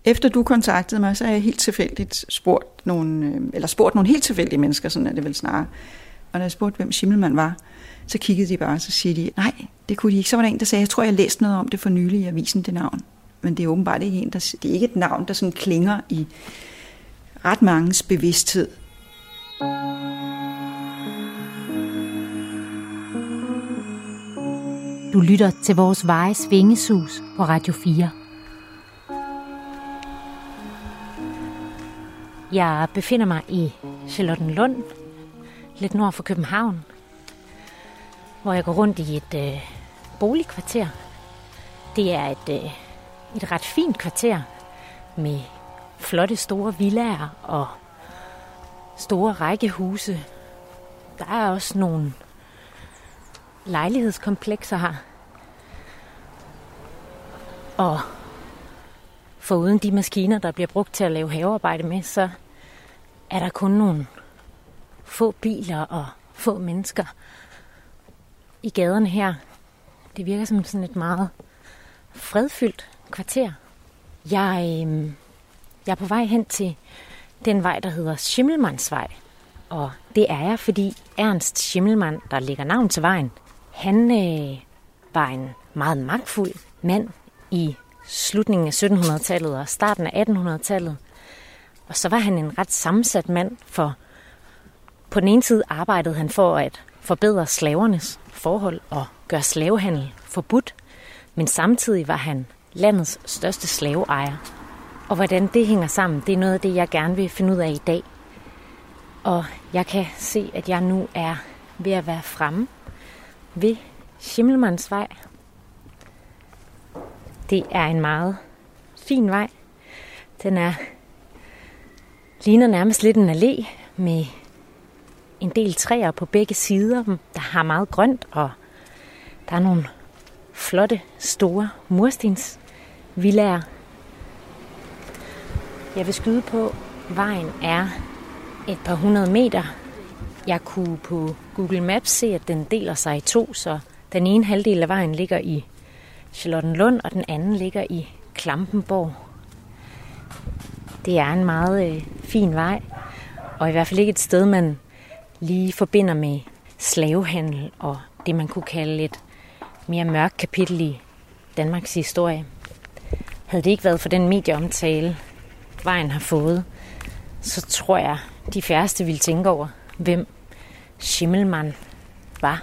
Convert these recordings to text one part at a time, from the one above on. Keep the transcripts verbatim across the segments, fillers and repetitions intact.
Efter du kontaktede mig, så har jeg helt tilfældigt spurgt nogle, eller spurgt nogle helt tilfældige mennesker, sådan er det vel snarere. Og når jeg spurgte, hvem Schimmelmann var, så kiggede de bare, og så siger de, nej, det kunne de ikke. Så var der en, der sagde, jeg tror, jeg læste noget om det for nylig i avisen, det navn. Men det er åbenbart ikke en, der, det er ikke et navn, der sådan klinger i ret manges bevidsthed. Du lytter til vores Vejes Vingesus på Radio fire. Jeg befinder mig i Charlottenlund, lidt nord for København, hvor jeg går rundt i et øh, boligkvarter. Det er et, øh, et ret fint kvarter med flotte store villaer og store rækkehuse. Der er også nogle lejlighedskomplekser her. Og foruden de maskiner, der bliver brugt til at lave havearbejde med, så er der kun nogle få biler og få mennesker i gaderne her. Det virker som sådan et meget fredfyldt kvarter. Jeg, øh, jeg er på vej hen til den vej, der hedder Schimmelmannsvej. Og det er jeg, fordi Ernst Schimmelmann, der lægger navn til vejen, han øh, var en meget magtfuld mand i slutningen af syttenhundredetallet og starten af attenhundredetallet. Og så var han en ret sammensat mand, for på den ene side arbejdede han for at forbedre slavernes forhold og gøre slavehandel forbudt, men samtidig var han landets største slaveejer. Og hvordan det hænger sammen, det er noget af det, jeg gerne vil finde ud af i dag. Og jeg kan se, at jeg nu er ved at være fremme ved Schimmelmannsvej. Det er en meget fin vej. Den er ligner nærmest lidt en allé med en del træer på begge sider, der har meget grønt, og der er nogle flotte, store murstensvillaer. Jeg vil skyde på, at vejen er et par hundrede meter. Jeg kunne på Google Maps se, at den deler sig i to, så den ene halvdel af vejen ligger i Charlottenlund, og den anden ligger i Klampenborg. Det er en meget øh, fin vej, og i hvert fald ikke et sted, man lige forbinder med slavehandel og det, man kunne kalde et mere mørkt kapitel i Danmarks historie. Havde det ikke været for den medieomtale, vejen har fået, så tror jeg, de færreste ville tænke over, hvem Schimmelmann var.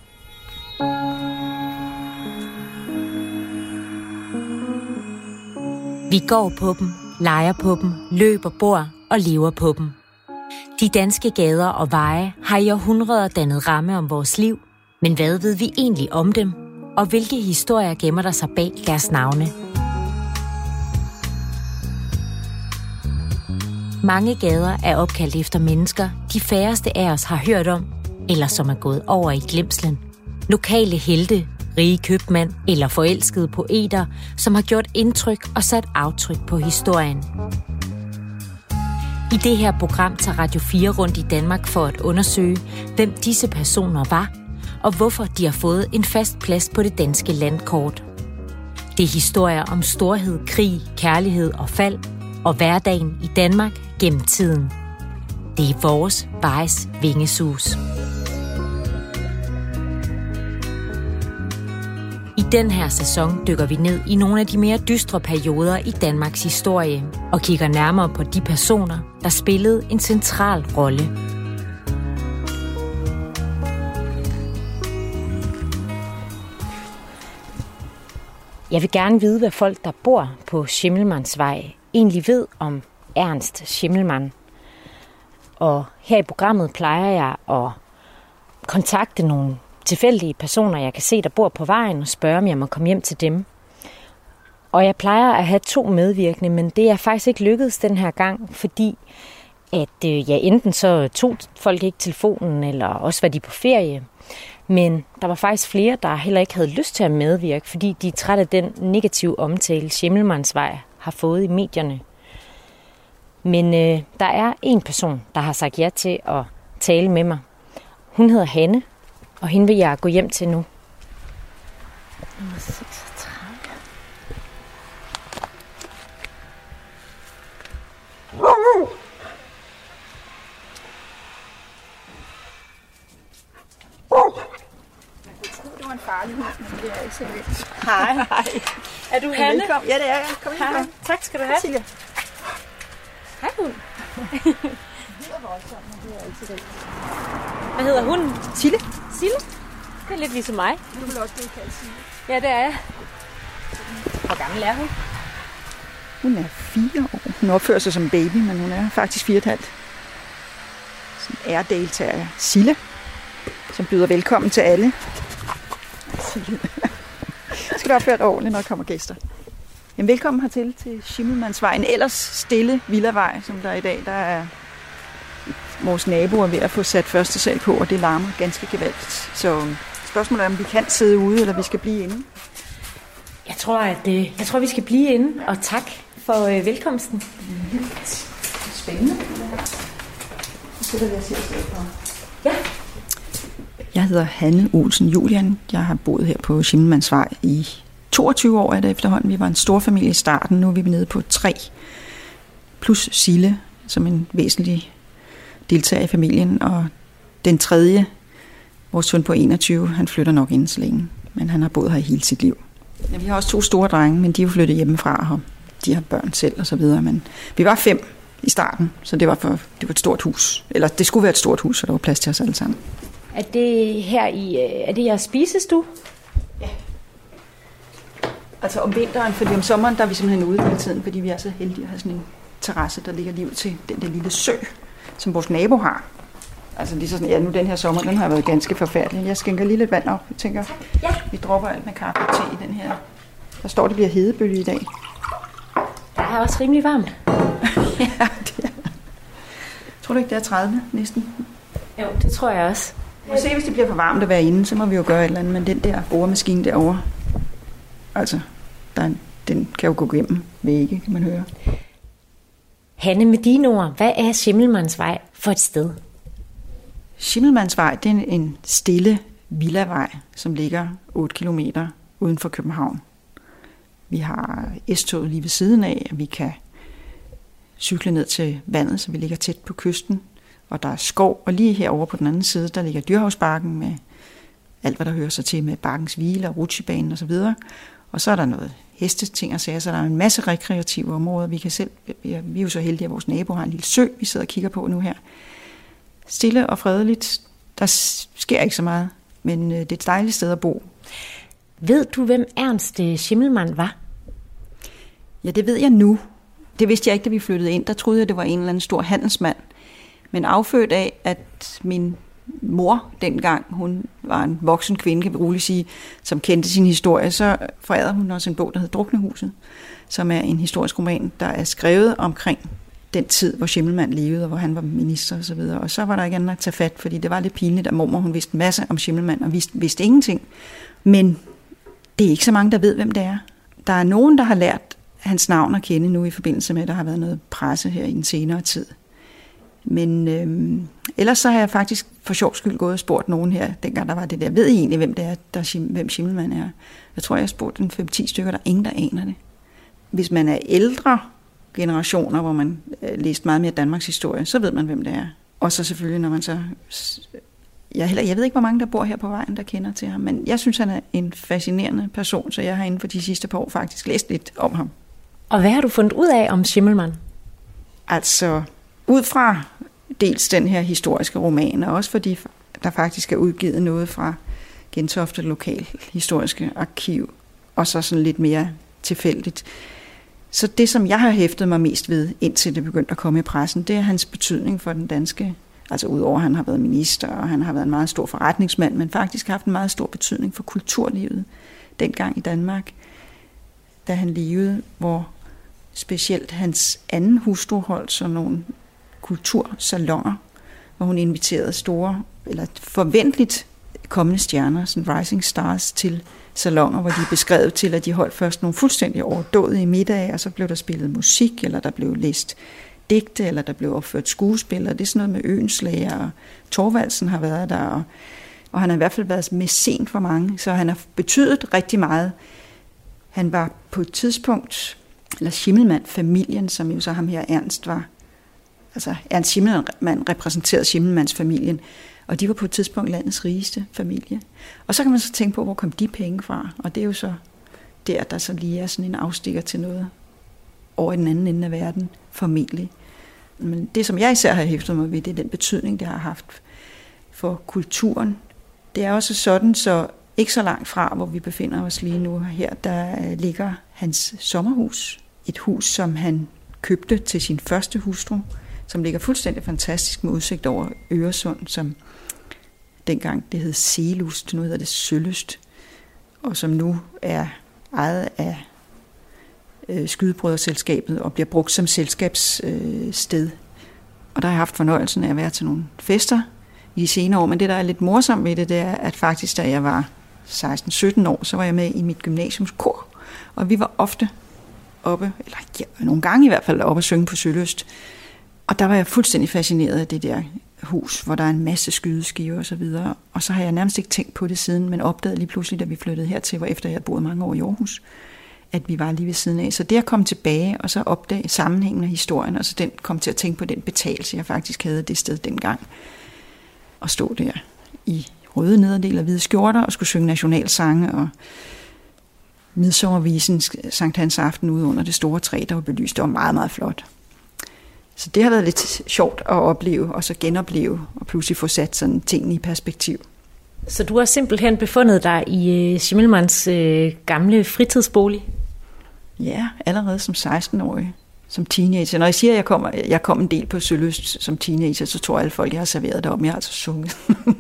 Vi går på dem, leger på dem, løber, bor og lever på dem. De danske gader og veje har i århundreder dannet ramme om vores liv, men hvad ved vi egentlig om dem? Og hvilke historier gemmer der sig bag deres navne? Mange gader er opkaldt efter mennesker, de færreste af os har hørt om, eller som er gået over i glemslen. Lokale helte, rige købmænd eller forelskede poeter, som har gjort indtryk og sat aftryk på historien. I det her program tager Radio fire rundt i Danmark for at undersøge, hvem disse personer var, og hvorfor de har fået en fast plads på det danske landkort. Det er historier om storhed, krig, kærlighed og fald, og hverdagen i Danmark gennem tiden. Det er vores Vejes Vingesus. I den her sæson dykker vi ned i nogle af de mere dystre perioder i Danmarks historie og kigger nærmere på de personer, der spillede en central rolle. Jeg vil gerne vide, hvad folk, der bor på Schimmelmannsvej, egentlig ved om Ernst Schimmelmann. Og her i programmet plejer jeg at kontakte nogle tilfældige personer, jeg kan se, der bor på vejen, og spørge, om jeg må komme hjem til dem. Og jeg plejer at have to medvirkende, men det er faktisk ikke lykkedes den her gang, fordi at øh, ja, enten så tog folk ikke telefonen, eller også var de på ferie. Men der var faktisk flere, der heller ikke havde lyst til at medvirke, fordi de er trætte af den negative omtale, Schimmelmannsvej har fået i medierne. Men øh, der er en person, der har sagt ja til at tale med mig. Hun hedder Hanne, og hende vil jeg gå hjem til nu. nummer seksogtredive. det er ikke så lidt. Hej. Hej. Er du Hanne? Velkommen. Ja, det er jeg. Kom ind. Hej. Tak skal du have. Silje. Hej, hund. Det er voldsomt, men det er altid det. Hvad hedder hunden? Sille. Sille? Det er lidt ligesom mig. Du vil også blive kaldt Sille. Ja, det er jeg. Hvor gammel er hun? Hun er fire år. Hun opfører sig som baby, men hun er faktisk fire og et halvt. Som er deltager Sille, som byder velkommen til alle. Sille. Skal du opføre dig ordentligt, når der kommer gæster. Jamen, velkommen hertil til Schimmelmannsvej. En ellers stille villavej, som der er i dag. Der er vores naboer ved at få sat første sal på, og det larmer ganske gevaldigt. Så spørgsmålet er, om vi kan sidde ude, eller vi skal blive inde. Jeg tror, at øh, jeg tror, vi skal blive inde, og tak for øh, velkomsten. Mm-hmm. Spændende. Så det, jeg siger for. Ja. Jeg hedder Hanne Olsen Julian. Jeg har boet her på Schimmelmannsvej i toogtyve år er det efterhånden. Vi var en stor familie i starten. Nu er vi nede på tre. Plus Sille, som en væsentlig deltager i familien. Og den tredje, vores søn på enogtyve, han flytter nok inden så længe. Men han har boet her hele sit liv. Ja, vi har også to store drenge, men de er jo flyttet hjemmefra, og de har børn selv og så videre. Men vi var fem i starten, så det var, for, det var et stort hus. Eller det skulle være et stort hus, så der var plads til os alle sammen. Er det her i, er det jeres spisestue? Ja. Altså om vinteren, fordi om sommeren, der er vi simpelthen ude hele tiden, fordi vi er så heldige at have sådan en terrasse, der ligger lige ud til den der lille sø, som vores nabo har. Altså lige sådan, ja, nu den her sommer, den har været ganske forfærdelig. Jeg skænker lige lidt vand op, jeg tænker, ja. Vi dropper alt med kaffe og te i den her. Der står, det bliver hedebølge i dag. Der er også rimelig varmt. Ja, det er. Tror du ikke, det er tredive næsten? Jo, det tror jeg også. Vi må se, hvis det bliver for varmt at være inde, så må vi jo gøre et eller andet. Men den der boremaskine derovre, altså, der er, den kan jo gå gennem vægge, kan man høre. Hanne, med dine ord, hvad er Schimmelmannsvej for et sted? Schimmelmannsvej, det er en stille villavej, som ligger otte kilometer uden for København. Vi har S-toget lige ved siden af, og vi kan cykle ned til vandet, så vi ligger tæt på kysten. Og der er skov, og lige herovre på den anden side, der ligger Dyrhavsbakken med alt, hvad der hører sig til med bakkens hvile og rutsjebanen osv. Og så er der noget hesteting og sager, så der er en masse rekreative områder. Vi kan selv, vi er jo så heldige, at vores nabo har en lille sø, vi sidder og kigger på nu her. Stille og fredeligt. Der sker ikke så meget, men det er et dejligt sted at bo. Ved du, hvem Ernst Schimmelmann var? Ja, det ved jeg nu. Det vidste jeg ikke, da vi flyttede ind. Der troede jeg, det var en eller anden stor handelsmand. Men affødt af, at min mor dengang, hun var en voksen kvinde, kan vi roligt sige, som kendte sin historie, så forærede hun også en bog, der hed Druknehuset, som er en historisk roman, der er skrevet omkring den tid, hvor Schimmelmann levede, og hvor han var minister og så videre. Og så var der ikke andet at tage fat, fordi det var lidt pinligt, at mormor hun vidste en masse om Schimmelmann, og vidste, vidste ingenting. Men det er ikke så mange, der ved, hvem det er. Der er nogen, der har lært hans navn at kende nu i forbindelse med, at der har været noget presse her i en senere tid. Men øhm, ellers så har jeg faktisk for sjov skyld gået og spurgt nogen her, dengang der var det der. Ved I egentlig, hvem det er, der, hvem Schimmelmann er? Jeg tror, jeg har spurgt en fem ti stykker, der er ingen, der aner det. Hvis man er ældre generationer, hvor man øh, læste meget mere Danmarks historie, så ved man, hvem det er. Og så selvfølgelig, når man så... Jeg, heller, jeg ved ikke, hvor mange der bor her på vejen, der kender til ham, men jeg synes, han er en fascinerende person, så jeg har inden for de sidste par år faktisk læst lidt om ham. Og hvad har du fundet ud af om Schimmelmann? Altså, ud fra dels den her historiske roman, og også fordi der faktisk er udgivet noget fra Gentofte Lokal Historiske Arkiv, og så sådan lidt mere tilfældigt. Så det, som jeg har hæftet mig mest ved, indtil det begyndte at komme i pressen, det er hans betydning for den danske, altså udover at han har været minister, og han har været en meget stor forretningsmand, men faktisk har haft en meget stor betydning for kulturlivet dengang i Danmark, da han levede, hvor specielt hans anden hustru holdt sådan nogle kultursalonger, hvor hun inviterede store, eller forventeligt kommende stjerner, sådan rising stars, til salonger, hvor de er beskrevet til, at de holdt først nogle fuldstændig overdådige middage, og så blev der spillet musik, eller der blev læst digte, eller der blev opført skuespil, og det er sådan noget med Øenslager, og Thorvaldsen har været der, og, og han har i hvert fald været mæcen for mange, så han har betydet rigtig meget. Han var på et tidspunkt, eller Schimmelmann-familien, som jo så ham her Ernst var, altså Ernst Schimmelmann repræsenterede Schimmelmanns familien, Og de var på et tidspunkt landets rigeste familie. Og så kan man så tænke på, hvor kom de penge fra? Og det er jo så der, der så lige er sådan en afstikker til noget over i den anden ende af verden, formentlig. Men det, som jeg især har hæftet mig ved, det er den betydning, det har haft for kulturen. Det er også sådan, så ikke så langt fra, hvor vi befinder os lige nu her, der ligger hans sommerhus. Et hus, som han købte til sin første hustru, som ligger fuldstændig fantastisk med udsigt over Øresund, som dengang det hed Selust, nu hedder det Sølyst, og som nu er ejet af øh, Skydebrødreselskabet og bliver brugt som selskabssted. Øh, og der har jeg haft fornøjelsen af at være til nogle fester i de senere år, men det, der er lidt morsomt ved det, det er, at faktisk, da jeg var seksten sytten år, så var jeg med i mit gymnasiumskor, og vi var ofte oppe, eller ja, nogle gange i hvert fald oppe og synge på Sølyst. Og der var jeg fuldstændig fascineret af det der hus, hvor der er en masse skydeskiver og så videre. Og så har jeg nærmest ikke tænkt på det siden, men opdagede lige pludselig, da vi flyttede hertil, hvor efter jeg havde boet mange år i Aarhus, at vi var lige ved siden af. Så det at komme tilbage og så opdage sammenhængen af historien, og så den kom til at tænke på den betalelse, jeg faktisk havde det sted dengang. Og stå der i røde nederdel og hvide skjorter og skulle synge nationalsange og midsommervisen Sankt Hans aften ude under det store træ, der var belyst. Det var meget, meget flot. Så det har været lidt sjovt at opleve, og så genopleve, og pludselig få sat sådan tingene i perspektiv. Så du har simpelthen befundet dig i uh, Schimmelmanns uh, gamle fritidsbolig? Ja, allerede som seksten-årig, som teenager. Når jeg siger, at jeg kom, jeg kom en del på Sølyst som teenager, så tror alle folk, jeg har serveret derom. Jeg har altså sunget.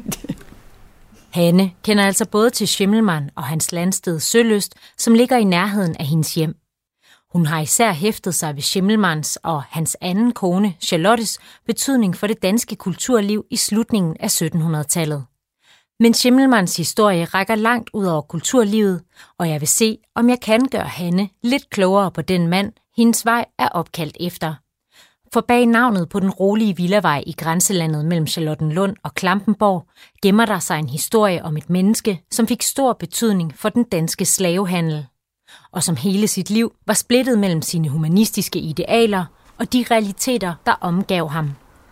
Hanne kender altså både til Schimmelmann og hans landsted Sølyst, som ligger i nærheden af hendes hjem. Hun har især hæftet sig ved Schimmelmanns og hans anden kone, Charlottes, betydning for det danske kulturliv i slutningen af syttenhundredetallet. Men Schimmelmanns historie rækker langt ud over kulturlivet, og jeg vil se, om jeg kan gøre Hanne lidt klogere på den mand, hendes vej er opkaldt efter. For bag navnet på den rolige villavej i grænselandet mellem Charlottenlund og Klampenborg gemmer der sig en historie om et menneske, som fik stor betydning for den danske slavehandel, og som hele sit liv var splittet mellem sine humanistiske idealer og de realiteter, der omgav ham.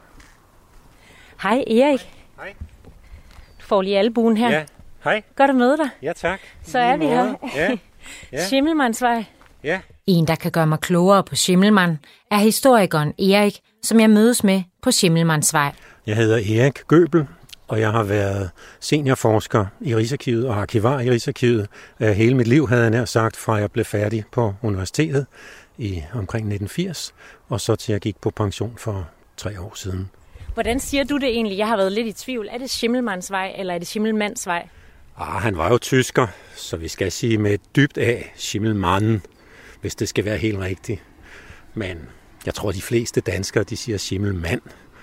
Hej Erik. Hej. Du får lige albuen her. Ja, hej. Godt at møde dig. Ja, tak. Så er vi her. Ja. Ja. Schimmelmannsvej. Ja. En, der kan gøre mig klogere på Schimmelmann, er historikeren Erik, som jeg mødes med på Schimmelmannsvej. Jeg hedder Erik Gøbel, og jeg har været seniorforsker i Rigsarkivet og arkivar i Rigsarkivet. Hele mit liv, havde jeg nær sagt, fra jeg blev færdig på universitetet i omkring nitten firs, og så til jeg gik på pension for tre år siden. Hvordan siger du det egentlig? Jeg har været lidt i tvivl. Er det Schimmelmannsvej, eller er det Schimmelmannsvej? Ah, han var jo tysker, så vi skal sige med et dybt A, Schimmelmann, hvis det skal være helt rigtigt. Men jeg tror, de fleste danskere, de siger Schimmelmann.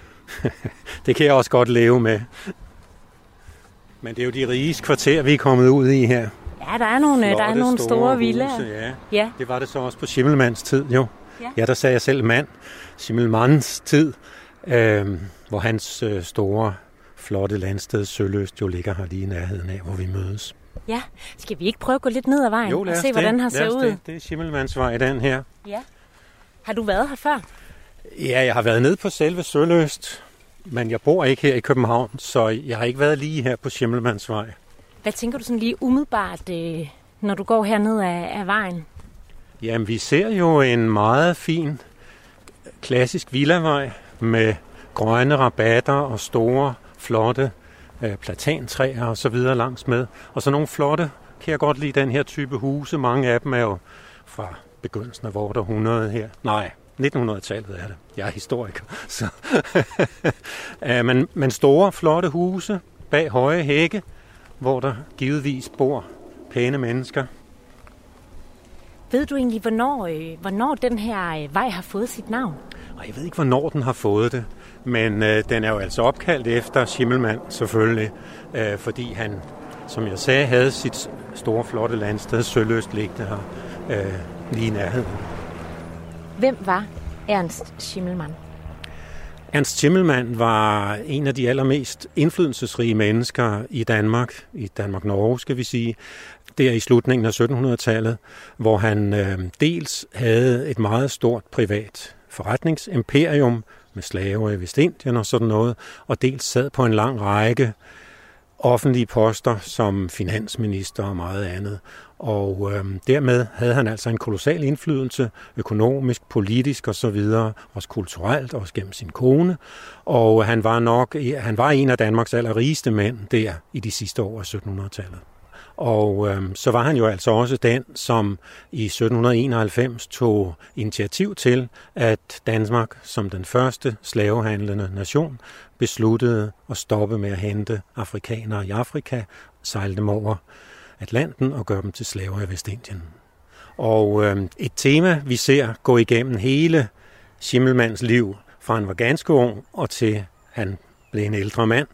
Det kan jeg også godt leve med. Men det er jo de riges kvarter, vi er kommet ud i her. Ja, der er nogle, Flotte, der er nogle store, store villaer. Ja. Ja, det var det så også på Schimmelmanns tid, jo. Ja, ja der sagde jeg selv mand. Schimmelmanns tid, øh, hvor hans øh, store, flotte landsted Sølyst jo ligger her lige i nærheden af, hvor vi mødes. Ja, skal vi ikke prøve at gå lidt ned ad vejen jo, og se, hvordan her ser ud? Det. det er Schimmelmannsvej, den her. Ja. Har du været her før? Ja, jeg har været nede på selve Sølyst, men jeg bor ikke her i København, så jeg har ikke været lige her på Schimmelmannsvej. Hvad tænker du sådan lige umiddelbart, når du går herned af, af vejen? Jamen, vi ser jo en meget fin, klassisk villavej med grønne rabatter og store, flotte øh, platantræer og så videre langs med. Og så nogle flotte, kan jeg godt lide den her type huse. Mange af dem er jo fra begyndelsen af vores århundrede her. Nej, nittenhundredetallet er det. Jeg er historiker. Så. øh, men, men store, flotte huse bag høje hække, hvor der givetvis bor pæne mennesker. Ved du egentlig, hvornår, øh, hvornår den her øh, vej har fået sit navn? Jeg ved ikke, hvornår den har fået det, men øh, den er jo altså opkaldt efter Schimmelmann selvfølgelig, øh, fordi han, som jeg sagde, havde sit store, flotte landsted Sølyst liggende her øh, lige i nærheden. Hvem var Ernst Schimmelmann? Ernst Schimmelmann var en af de allermest indflydelsesrige mennesker i Danmark, i Danmark-Norge skal vi sige, der i slutningen af syttenhundredetallet, hvor han øh, dels havde et meget stort privat forretningsimperium, med slaver i Vestindien og sådan noget, og dels sad på en lang række offentlige poster som finansminister og meget andet. Og øh, dermed havde han altså en kolossal indflydelse, økonomisk, politisk og så videre, også kulturelt, også gennem sin kone. Og han var nok, han var en af Danmarks allerrigeste mænd der i de sidste år af sytten hundrede-tallet. Og øh, så var han jo altså også den, som i sytten enoghalvfems tog initiativ til, at Danmark som den første slavehandlende nation besluttede at stoppe med at hente afrikanere i Afrika, sejle dem over Atlanten og gøre dem til slaver i Vestindien. Og øh, et tema, vi ser gå igennem hele Schimmelmanns liv, fra han var ganske ung og til han blev en ældre mand,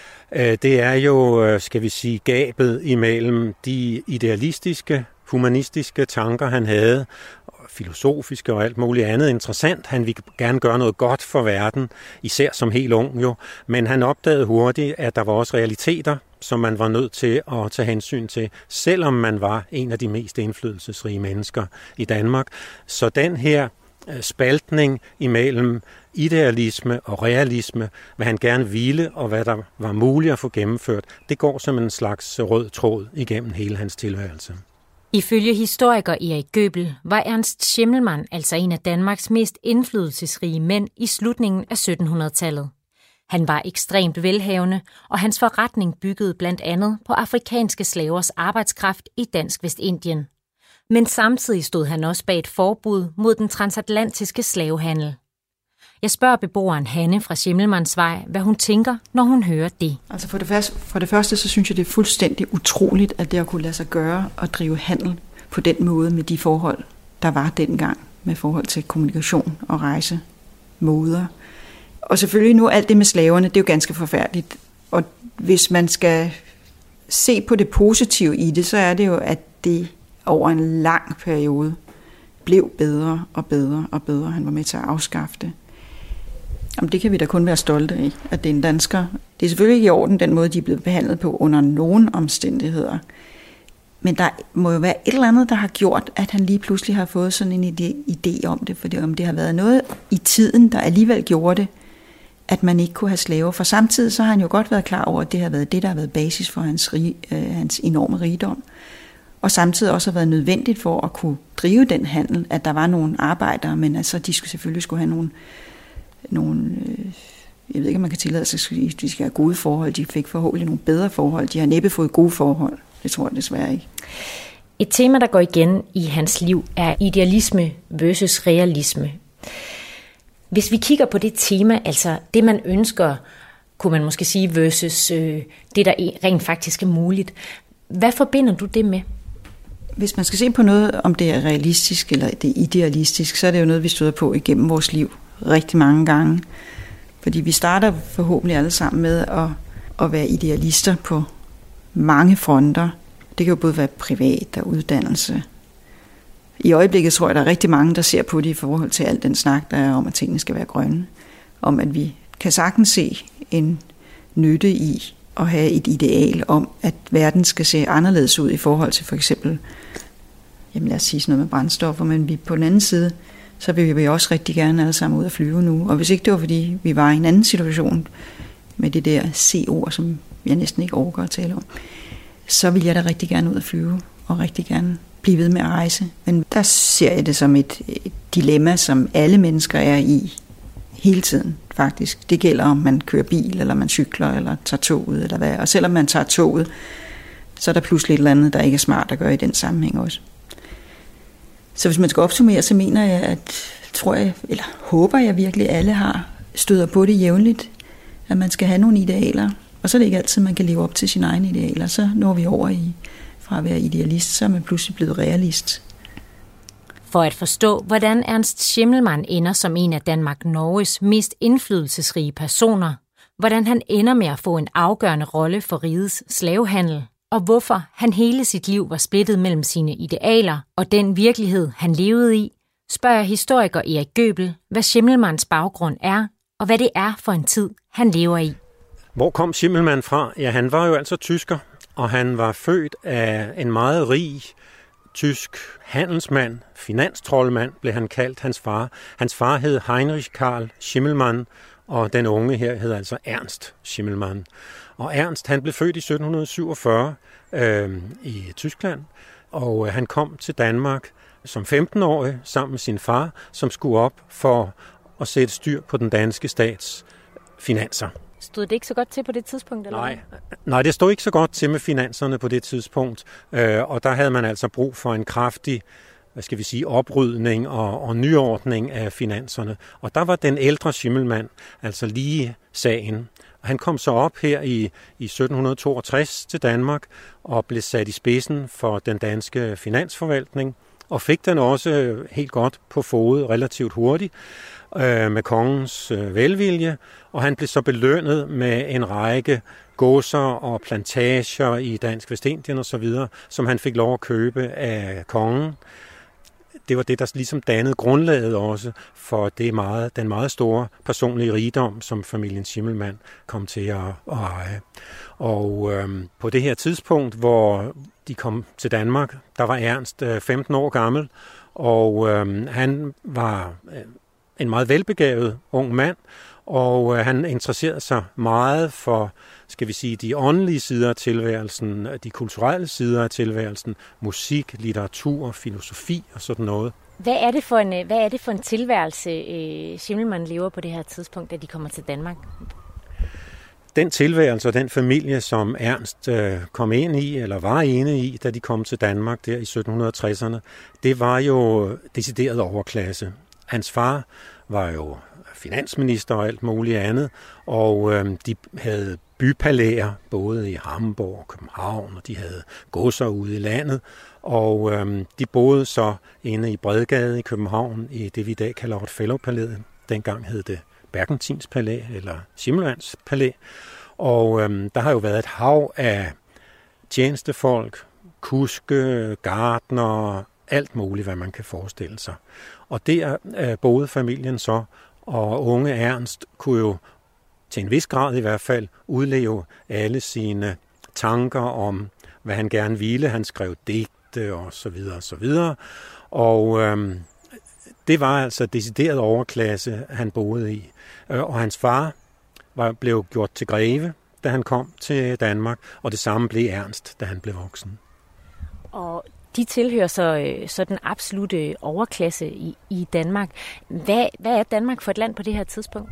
det er jo, skal vi sige, gabet imellem de idealistiske, humanistiske tanker, han havde, filosofiske og alt muligt andet interessant. Han ville gerne gøre noget godt for verden, især som helt ung jo, men han opdagede hurtigt, at der var også realiteter, som man var nødt til at tage hensyn til, selvom man var en af de mest indflydelsesrige mennesker i Danmark. Så den her spaltning imellem idealisme og realisme, hvad han gerne ville, og hvad der var muligt at få gennemført, det går som en slags rød tråd igennem hele hans tilværelse. Ifølge historiker Erik Gøbel var Ernst Schimmelmann altså en af Danmarks mest indflydelsesrige mænd i slutningen af sytten hundrede-tallet. Han var ekstremt velhavende, og hans forretning byggede blandt andet på afrikanske slavers arbejdskraft i Dansk Vestindien. Men samtidig stod han også bag et forbud mod den transatlantiske slavehandel. Jeg spørger beboeren Hanne fra Schimmelmannsvej, hvad hun tænker, når hun hører det. Altså for det, første, for det første, så synes jeg, det er fuldstændig utroligt, at det at kunne lade sig gøre og drive handel på den måde med de forhold, der var dengang, med forhold til kommunikation og rejsemåder. Og selvfølgelig nu alt det med slaverne, det er jo ganske forfærdeligt. Og hvis man skal se på det positive i det, så er det jo, at det over en lang periode blev bedre og bedre og bedre. Han var med til at afskaffe det. Jamen, det kan vi da kun være stolte af, at det er en dansker. Det er selvfølgelig ikke i orden, den måde, de er blevet behandlet på under nogen omstændigheder. Men der må jo være et eller andet, der har gjort, at han lige pludselig har fået sådan en idé, idé om det. For det, om det har været noget i tiden, der alligevel gjorde det, at man ikke kunne have slaver. For samtidig så har han jo godt været klar over, at det har været det, der har været basis for hans, rig, øh, hans enorme rigdom. Og samtidig også har været nødvendigt for at kunne drive den handel, at der var nogle arbejdere, men altså de skulle selvfølgelig skulle have nogle, nogle øh, jeg ved ikke, om man kan tillade sig, at de skal have gode forhold. De fik forhåbentlig nogle bedre forhold. De har næppe fået gode forhold. Det tror jeg desværre ikke. Et tema, der går igen i hans liv, er idealisme versus realisme. Hvis vi kigger på det tema, altså det man ønsker, kunne man måske sige, versus øh, det, der rent faktisk er muligt. Hvad forbinder du det med? Hvis man skal se på noget, om det er realistisk eller det er idealistisk, så er det jo noget, vi støder på igennem vores liv rigtig mange gange. Fordi vi starter forhåbentlig alle sammen med at, at være idealister på mange fronter. Det kan jo både være privat og uddannelse. I øjeblikket tror jeg, der er rigtig mange, der ser på det i forhold til al den snak, der er om, at tingene skal være grønne. Om at vi kan sagtens se en nytte i at have et ideal om, at verden skal se anderledes ud i forhold til for eksempel, jamen lad os sige sådan noget med brændstoffer, men vi på den anden side, så vil vi også rigtig gerne alle sammen ud at flyve nu. Og hvis ikke det var, fordi vi var i en anden situation med det der C-ord, som jeg næsten ikke overgår at tale om, så vil jeg da rigtig gerne ud at flyve og rigtig gerne blive ved med at rejse. Men der ser jeg det som et, et dilemma, som alle mennesker er i hele tiden faktisk. Det gælder, om man kører bil, eller man cykler, eller tager toget, eller hvad. Og selvom man tager toget, så er der pludselig et eller andet, der ikke er smart at gøre i den sammenhæng også. Så hvis man skal opsummere, så mener jeg, at tror jeg, eller håber jeg virkelig, at alle har støder på det jævnligt, at man skal have nogle idealer. Og så er det ikke altid, man kan leve op til sine egne idealer. Så når vi over i, fra at være idealist, så er man pludselig blevet realist. For at forstå, hvordan Ernst Schimmelmann ender som en af Danmark-Norges mest indflydelsesrige personer, hvordan han ender med at få en afgørende rolle for rigets slavehandel, og hvorfor han hele sit liv var splittet mellem sine idealer og den virkelighed, han levede i, spørger historiker Erik Gøbel, hvad Schimmelmanns baggrund er, og hvad det er for en tid, han lever i. Hvor kom Schimmelmann fra? Ja, han var jo altså tysker, og han var født af en meget rig tysk handelsmand, finanstroldmand blev han kaldt, hans far. Hans far hed Heinrich Karl Schimmelmann, og den unge her hed altså Ernst Schimmelmann. Og Ernst, han blev født i sytten syvogfyrre øh, i Tyskland, og øh, han kom til Danmark som femten-årig sammen med sin far, som skulle op for at sætte styr på den danske stats finanser. Stod det ikke så godt til på det tidspunkt? Eller? Nej, nej, det stod ikke så godt til med finanserne på det tidspunkt, øh, og der havde man altså brug for en kraftig, hvad skal vi sige, oprydning og, og nyordning af finanserne. Og der var den ældre Schimmelmann altså lige sagen. Han kom så op her i, i sytten toogtres til Danmark og blev sat i spidsen for den danske finansforvaltning, og fik den også helt godt på fod relativt hurtigt øh, med kongens øh, velvilje, og han blev så belønnet med en række godser og plantager i Dansk Vestindien og så videre, som han fik lov at købe af kongen. Det var det, der ligesom dannede grundlaget også for det meget, den meget store personlige rigdom, som familien Schimmelmann kom til at, at eje. Og øhm, på det her tidspunkt, hvor de kom til Danmark, der var Ernst øh, femten år gammel, og øhm, han var øh, en meget velbegavet ung mand, og øh, han interesserede sig meget for, skal vi sige, de åndelige sider af tilværelsen, de kulturelle sider af tilværelsen, musik, litteratur, filosofi og sådan noget. Hvad er det for en, hvad er det for en tilværelse, øh, Schimmelmann lever på det her tidspunkt, da de kommer til Danmark? Den tilværelse og den familie, som Ernst øh, kom ind i, eller var inde i, da de kom til Danmark der i sytten tresserne, det var jo decideret overklasse. Hans far var jo finansminister og alt muligt andet, og øh, de havde bypalæer både i Hamburg og København, og de havde godser ude i landet, og øh, de boede så inde i Bredgade i København i det, vi i dag kalder Rockefeller-palæet. Dengang hed det Bergentins Palæ eller Schimmelmanns Palæ, og øh, der har jo været et hav af tjenestefolk, kuske, gartnere, alt muligt, hvad man kan forestille sig. Og der øh, boede familien så, og unge Ernst kunne jo til en vis grad i hvert fald udleve alle sine tanker om, hvad han gerne ville. Han skrev digte og så videre og så videre. Og øhm, det var altså decideret overklasse, han boede i. Og hans far var, blev gjort til greve, da han kom til Danmark, og det samme blev Ernst, da han blev voksen. Og de tilhører så, så den absolute overklasse i, i Danmark. Hvad, hvad er Danmark for et land på det her tidspunkt?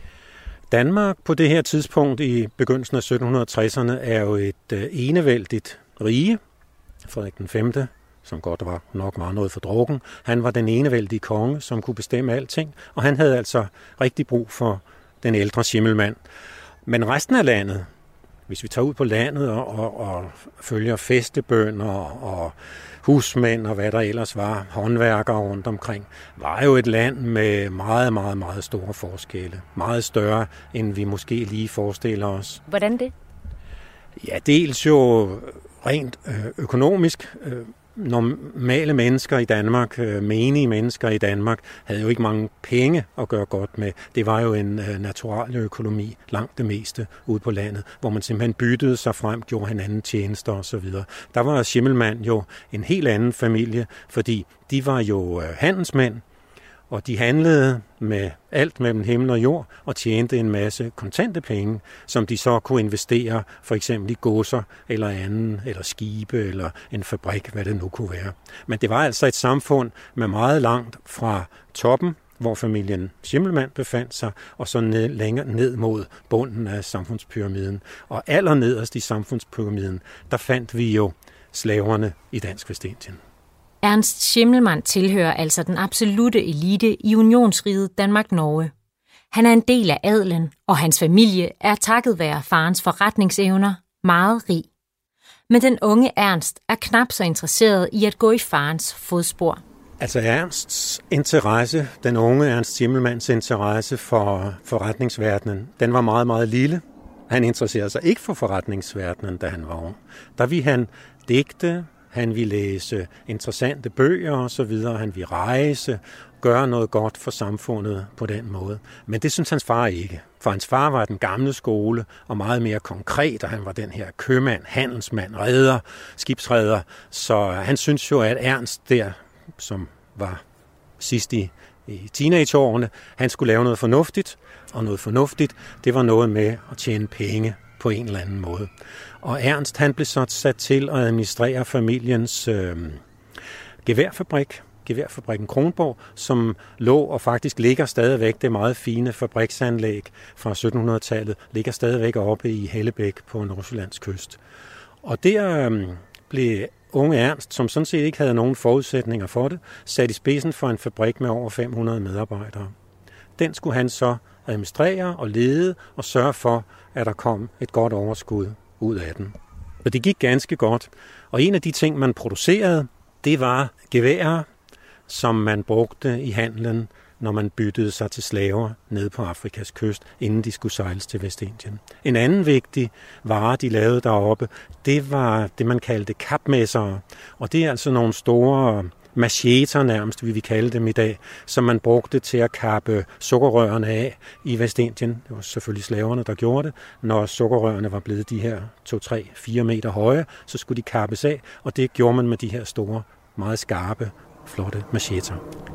Danmark på det her tidspunkt i begyndelsen af sytten tresserne er jo et øh, enevældigt rige. Frederik den femte, som godt var nok var noget for drukken, han var den enevældige konge, som kunne bestemme alting, og han havde altså rigtig brug for den ældre Schimmelmann. Men resten af landet, hvis vi tager ud på landet og, og, og følger fæstebønder og husmænd og hvad der ellers var, håndværkere rundt omkring, var jo et land med meget, meget, meget store forskelle. Meget større, end vi måske lige forestiller os. Hvordan det? Ja, dels jo rent økonomisk. Normale mennesker i Danmark, menige mennesker i Danmark, havde jo ikke mange penge at gøre godt med. Det var jo en natural økonomi, langt det meste ude på landet, hvor man simpelthen byttede sig frem, gjorde hinanden tjenester osv. Der var Schimmelmann jo en helt anden familie, fordi de var jo handelsmænd, og de handlede med alt mellem himmel og jord og tjente en masse kontante penge, som de så kunne investere for eksempel i godser eller anden, eller skibe eller en fabrik, hvad det nu kunne være. Men det var altså et samfund med meget langt fra toppen, hvor familien Schimmelmann befandt sig, og så ned, længere ned mod bunden af samfundspyramiden. Og allernederst i samfundspyramiden, der fandt vi jo slaverne i Dansk Vestindien. Ernst Schimmelmann tilhører altså den absolute elite i unionsriget Danmark-Norge. Han er en del af adelen, og hans familie er takket være farens forretningsevner meget rig. Men den unge Ernst er knap så interesseret i at gå i farens fodspor. Altså Ernsts interesse, den unge Ernst Schimmelmanns interesse for forretningsverdenen, den var meget, meget lille. Han interesserede sig ikke for forretningsverdenen, da han var ung. Der ville han digte, han ville læse interessante bøger og så videre, han ville rejse, gøre noget godt for samfundet på den måde. Men det synes hans far ikke. For hans far var den gamle skole og meget mere konkret, og han var den her købmand, handelsmand, redder, skibsredder. Så han synes jo, at Ernst der, som var sidst i, i teenageårene, han skulle lave noget fornuftigt, og noget fornuftigt, det var noget med at tjene penge på en eller anden måde. Og Ernst, han blev så sat til at administrere familiens øh, geværfabrik, geværfabrikken Kronborg, som lå og faktisk ligger stadigvæk, det meget fine fabriksanlæg fra syttenhundredetallet, ligger stadigvæk oppe i Hellebæk på Nordsjællands kyst. Og der øh, blev unge Ernst, som sådan set ikke havde nogen forudsætninger for det, sat i spidsen for en fabrik med over fem hundrede medarbejdere. Den skulle han så administrere og lede og sørge for, at der kom et godt overskud ud af den. Og det gik ganske godt. Og en af de ting, man producerede, det var geværer, som man brugte i handlen, når man byttede sig til slaver nede på Afrikas kyst, inden de skulle sejles til Vestindien. En anden vigtig vare, de lavede deroppe, det var det, man kaldte kapmessere. Og det er altså nogle store macheter nærmest, vi vil kalde dem i dag, som man brugte til at kappe sukkerrørene af i Vestindien. Det var selvfølgelig slaverne, der gjorde det. Når sukkerrørene var blevet de her to, tre, fire meter høje, så skulle de kappes af, og det gjorde man med de her store, meget skarpe, flotte macheter.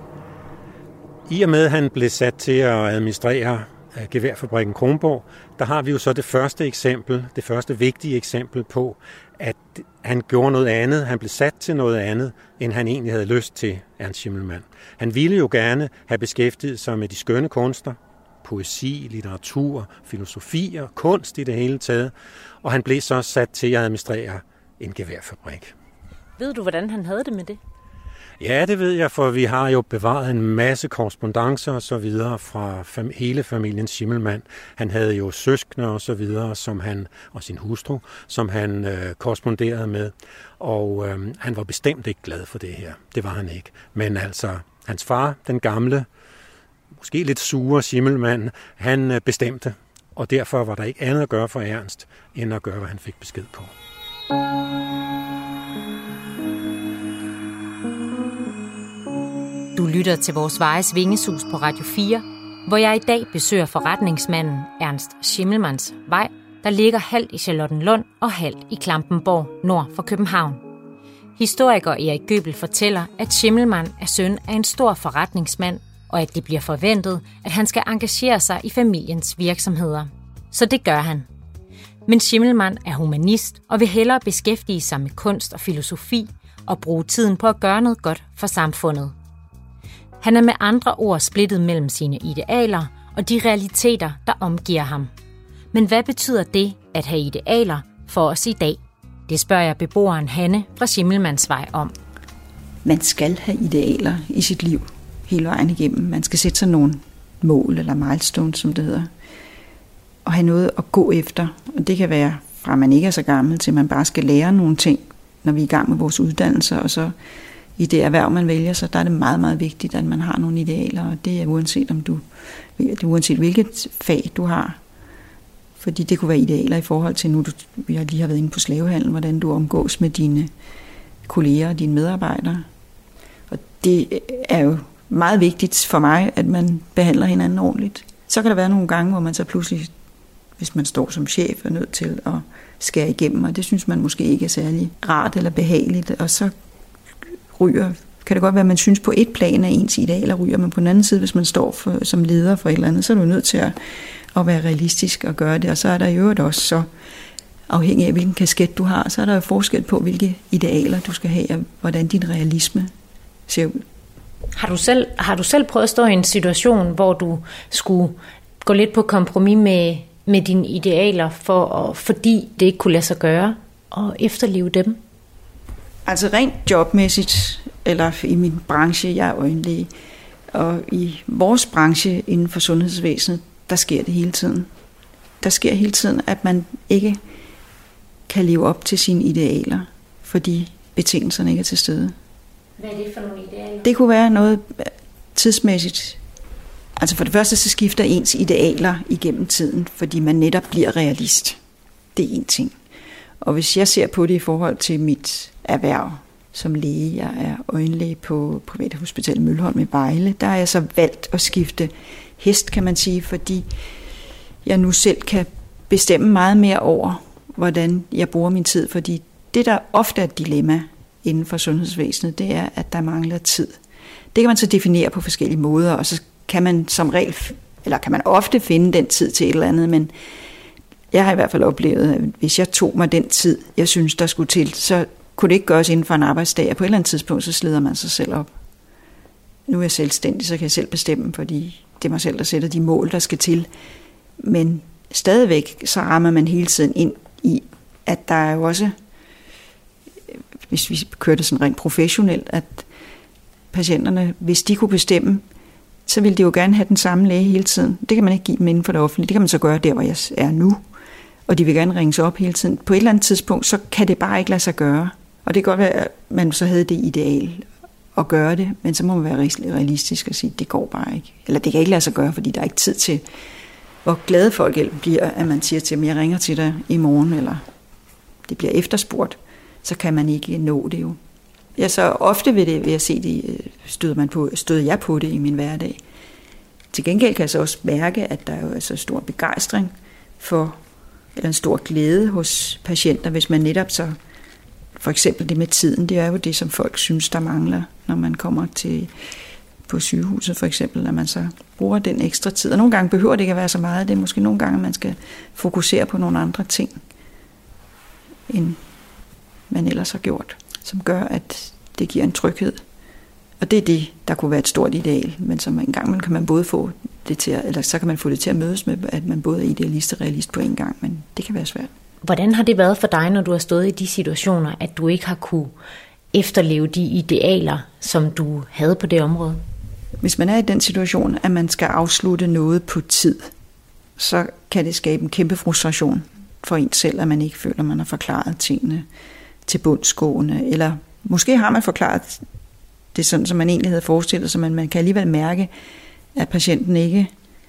I og med, at han blev sat til at administrere geværfabrikken Kronborg, der har vi jo så det første eksempel, det første vigtige eksempel på, at han gjorde noget andet, han blev sat til noget andet, end han egentlig havde lyst til, Ernst Schimmelmann. Han ville jo gerne have beskæftiget sig med de skønne kunster, poesi, litteratur, filosofi og kunst i det hele taget, og han blev så sat til at administrere en geværfabrik. Ved du, hvordan han havde det med det? Ja, det ved jeg, for vi har jo bevaret en masse korrespondancer og så videre fra fam- hele familien Schimmelmann. Han havde jo søskende og så videre, som han, og sin hustru, som han øh, korresponderede med. Og øh, han var bestemt ikke glad for det her. Det var han ikke. Men altså, hans far, den gamle, måske lidt sure Schimmelmann, han øh, bestemte. Og derfor var der ikke andet at gøre for Ernst, end at gøre, hvad han fik besked på. Du lytter til Vores Vejes Vingesus på Radio fire, hvor jeg i dag besøger forretningsmanden Ernst Schimmelmanns Vej, der ligger halvt i Charlottenlund og halvt i Klampenborg, nord for København. Historiker Erik Gøbel fortæller, at Schimmelmann er søn af en stor forretningsmand, og at det bliver forventet, at han skal engagere sig i familiens virksomheder. Så det gør han. Men Schimmelmann er humanist og vil hellere beskæftige sig med kunst og filosofi og bruge tiden på at gøre noget godt for samfundet. Han er med andre ord splittet mellem sine idealer og de realiteter, der omgiver ham. Men hvad betyder det at have idealer for os i dag? Det spørger jeg beboeren Hanne fra Schimmelmanns Vej om. Man skal have idealer i sit liv hele vejen igennem. Man skal sætte sig nogle mål eller milestones, som det hedder, og have noget at gå efter. Og det kan være fra man ikke er så gammel til man bare skal lære nogle ting, når vi er i gang med vores uddannelser, og så i det erhverv, man vælger, så der er det meget, meget vigtigt, at man har nogle idealer, og det er uanset om du, det er uanset hvilket fag du har. Fordi det kunne være idealer i forhold til, nu du, vi har lige har været inde på slavehandel, hvordan du omgås med dine kolleger og dine medarbejdere. Og det er jo meget vigtigt for mig, at man behandler hinanden ordentligt. Så kan der være nogle gange, hvor man så pludselig, hvis man står som chef, er nødt til at skære igennem, og det synes man måske ikke er særlig rart eller behageligt, og så ryger, kan det godt være, at man synes på et plan af ens idealer ryger, men på den anden side, hvis man står for, som leder for et eller andet, så er du nødt til at, at være realistisk og gøre det, og så er der i øvrigt også så afhængig af, hvilken kasket du har, så er der jo forskel på, hvilke idealer du skal have, og hvordan din realisme ser ud. Har du selv, har du selv prøvet at stå i en situation, hvor du skulle gå lidt på kompromis med, med dine idealer, for, fordi det ikke kunne lade sig gøre, og efterleve dem? Altså rent jobmæssigt, eller i min branche, jeg er øjenlæge, og i vores branche inden for sundhedsvæsenet, der sker det hele tiden. Der sker hele tiden, at man ikke kan leve op til sine idealer, fordi betingelserne ikke er til stede. Hvad er det for nogle idealer? Det kunne være noget tidsmæssigt. Altså for det første, så skifter ens idealer igennem tiden, fordi man netop bliver realist. Det er en ting. Og hvis jeg ser på det i forhold til mit erhverv, som læge. Jeg er øjenlæge på Privathospital Mølholm i Vejle. Der har jeg så valgt at skifte hest, kan man sige, fordi jeg nu selv kan bestemme meget mere over, hvordan jeg bruger min tid. Fordi det, der ofte er et dilemma inden for sundhedsvæsenet, det er, at der mangler tid. Det kan man så definere på forskellige måder, og så kan man som regel, eller kan man ofte finde den tid til et eller andet, men jeg har i hvert fald oplevet, at hvis jeg tog mig den tid, jeg synes, der skulle til, så kunne det ikke gøres inden for en arbejdsdag, og på et eller andet tidspunkt, så slider man sig selv op. Nu er jeg selvstændig, så kan jeg selv bestemme, fordi det er mig selv, der sætter de mål, der skal til. Men stadigvæk, så rammer man hele tiden ind i, at der er jo også, hvis vi kører det sådan rent professionelt, at patienterne, hvis de kunne bestemme, så ville de jo gerne have den samme læge hele tiden. Det kan man ikke give dem inden for det offentlige. Det kan man så gøre der, hvor jeg er nu. Og de vil gerne ringes op hele tiden. På et eller andet tidspunkt, så kan det bare ikke lade sig gøre. Og det kan godt være, at man så havde det ideal at gøre det, men så må man være realistisk og sige, at det går bare ikke. Eller det kan ikke lade sig gøre, fordi der er ikke tid til, hvor glade folk bliver, at man siger til dem, jeg ringer til dig i morgen, eller det bliver efterspurgt, så kan man ikke nå det jo. Ja, så ofte ved det, ved at se det, støder, man på, støder jeg på det i min hverdag. Til gengæld kan jeg så også mærke, at der er så stor begejstring for, eller en stor glæde hos patienter, hvis man netop så, for eksempel det med tiden, det er jo det, som folk synes, der mangler, når man kommer til på sygehuset for eksempel, at man så bruger den ekstra tid. Og nogle gange behøver det ikke at være så meget, det er måske nogle gange, man skal fokusere på nogle andre ting, end man ellers har gjort, som gør, at det giver en tryghed. Og det er det, der kunne være et stort ideal, men som en gang kan man både få det til at, eller så kan man få det til at mødes med, at man både er idealist og realist på en gang, men det kan være svært. Hvordan har det været for dig, når du har stået i de situationer, at du ikke har kunne efterleve de idealer, som du havde på det område? Hvis man er i den situation, at man skal afslutte noget på tid, så kan det skabe en kæmpe frustration for en selv, at man ikke føler, at man har forklaret tingene til bundsgående, eller måske har man forklaret det sådan, som man egentlig havde forestillet sig, men man kan alligevel mærke, at patienten ikke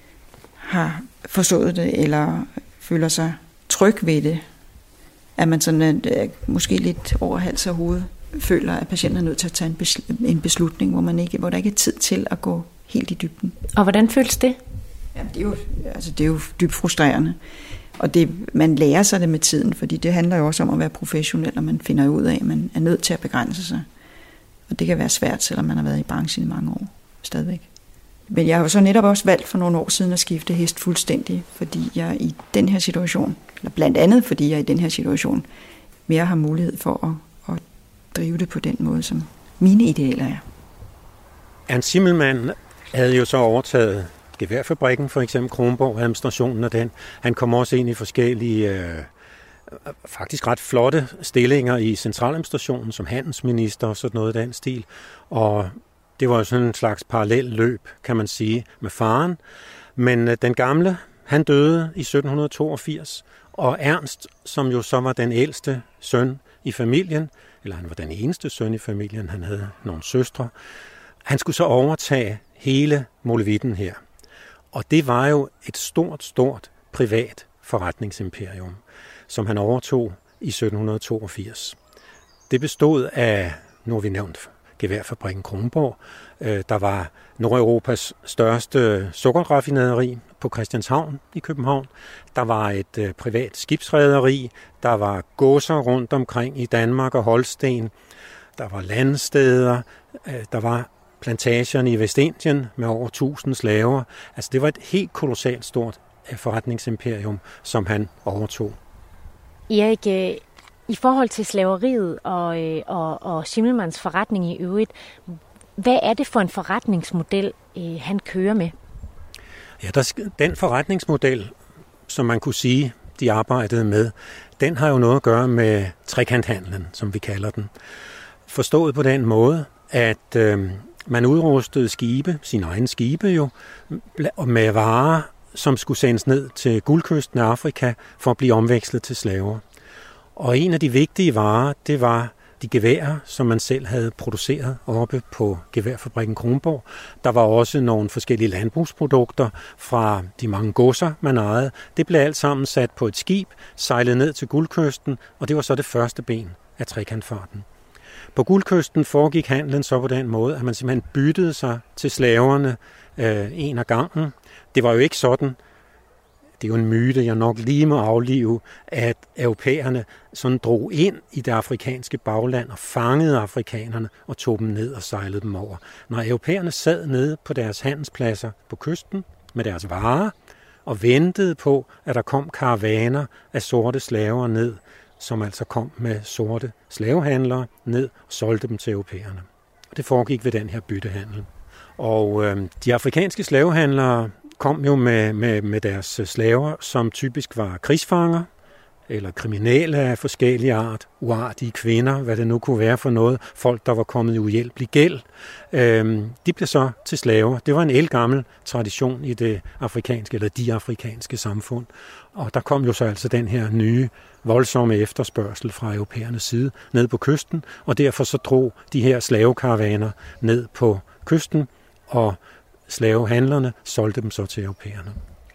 har forstået det, eller føler sig tryg ved det, at man sådan er, måske lidt over hals og hoved føler, at patienten er nødt til at tage en beslutning, hvor, man ikke, hvor der ikke er tid til at gå helt i dybden. Og hvordan føles det? Jamen, det er jo, altså, det er jo dybt frustrerende. Og det, man lærer sig det med tiden, fordi det handler jo også om at være professionel, og man finder ud af, at man er nødt til at begrænse sig. Og det kan være svært, selvom man har været i branchen i mange år stadigvæk. Men jeg har jo så netop også valgt for nogle år siden at skifte hest fuldstændig, fordi jeg i den her situation, eller blandt andet fordi jeg i den her situation, mere har mulighed for at, at drive det på den måde, som mine idealer er. Ernst Schimmelmann havde jo så overtaget Geværfabrikken, for eksempel Kronborg, administrationen af den. Han kom også ind i forskellige, øh, faktisk ret flotte stillinger i centraladministrationen som handelsminister og sådan noget i den stil. Og det var jo sådan en slags parallel løb, kan man sige, med faren. Men øh, den gamle, han døde i sytten toogfirs, og Ernst, som jo så var den ældste søn i familien, eller han var den eneste søn i familien, han havde nogle søstre, han skulle så overtage hele molevitten her. Og det var jo et stort, stort privat forretningsimperium, som han overtog i sytten toogfirs. Det bestod af, nu har vi nævnt Geværfabrikken Kronborg, der var Nordeuropas største sukkerraffinaderi på Christianshavn i København. Der var et privat skibsrederi, der var godser rundt omkring i Danmark og Holsten, der var landsteder, der var plantagerne i Vestindien med over tusind slaver. Altså det var et helt kolossalt stort forretningsimperium, som han overtog. Erik, i forhold til slaveriet og, og, og Schimmelmanns forretning i øvrigt, hvad er det for en forretningsmodel, han kører med? Ja, der, den forretningsmodel, som man kunne sige, de arbejdede med, den har jo noget at gøre med trekanthandlen, som vi kalder den. Forstået på den måde, at øh, man udrustede skibe, sine egne skibe jo, med varer, som skulle sendes ned til guldkysten af Afrika for at blive omvekslet til slaver. Og en af de vigtige varer, det var de geværer, som man selv havde produceret oppe på Geværfabrikken Kronborg. Der var også nogle forskellige landbrugsprodukter fra de mange godser, man ejede. Det blev alt sammen sat på et skib, sejlet ned til guldkysten, og det var så det første ben af trekantfarten. På Guldkysten foregik handlen så på den måde, at man simpelthen byttede sig til slaverne øh, en af gangen. Det var jo ikke sådan, det er jo en myte, jeg nok lige må aflive, at europæerne sådan drog ind i det afrikanske bagland og fangede afrikanerne og tog dem ned og sejlede dem over. Når europæerne sad nede på deres handelspladser på kysten med deres varer og ventede på, at der kom karavaner af sorte slaver ned, som altså kom med sorte slavehandlere ned og solgte dem til europæerne. Og det foregik ved den her byttehandel. Og øh, de afrikanske slavehandlere kom jo med, med, med deres slaver, som typisk var krigsfanger eller kriminelle af forskellige art, uartige kvinder, hvad det nu kunne være for noget, folk, der var kommet i uhjælpelig gæld. Øhm, de blev så til slaver. Det var en ældgammel tradition i det afrikanske, eller de afrikanske samfund. Og der kom jo så altså den her nye, voldsomme efterspørgsel fra europæernes side ned på kysten, og derfor så drog de her slavekaravaner ned på kysten, og slavehandlerne solgte dem så til europæerne.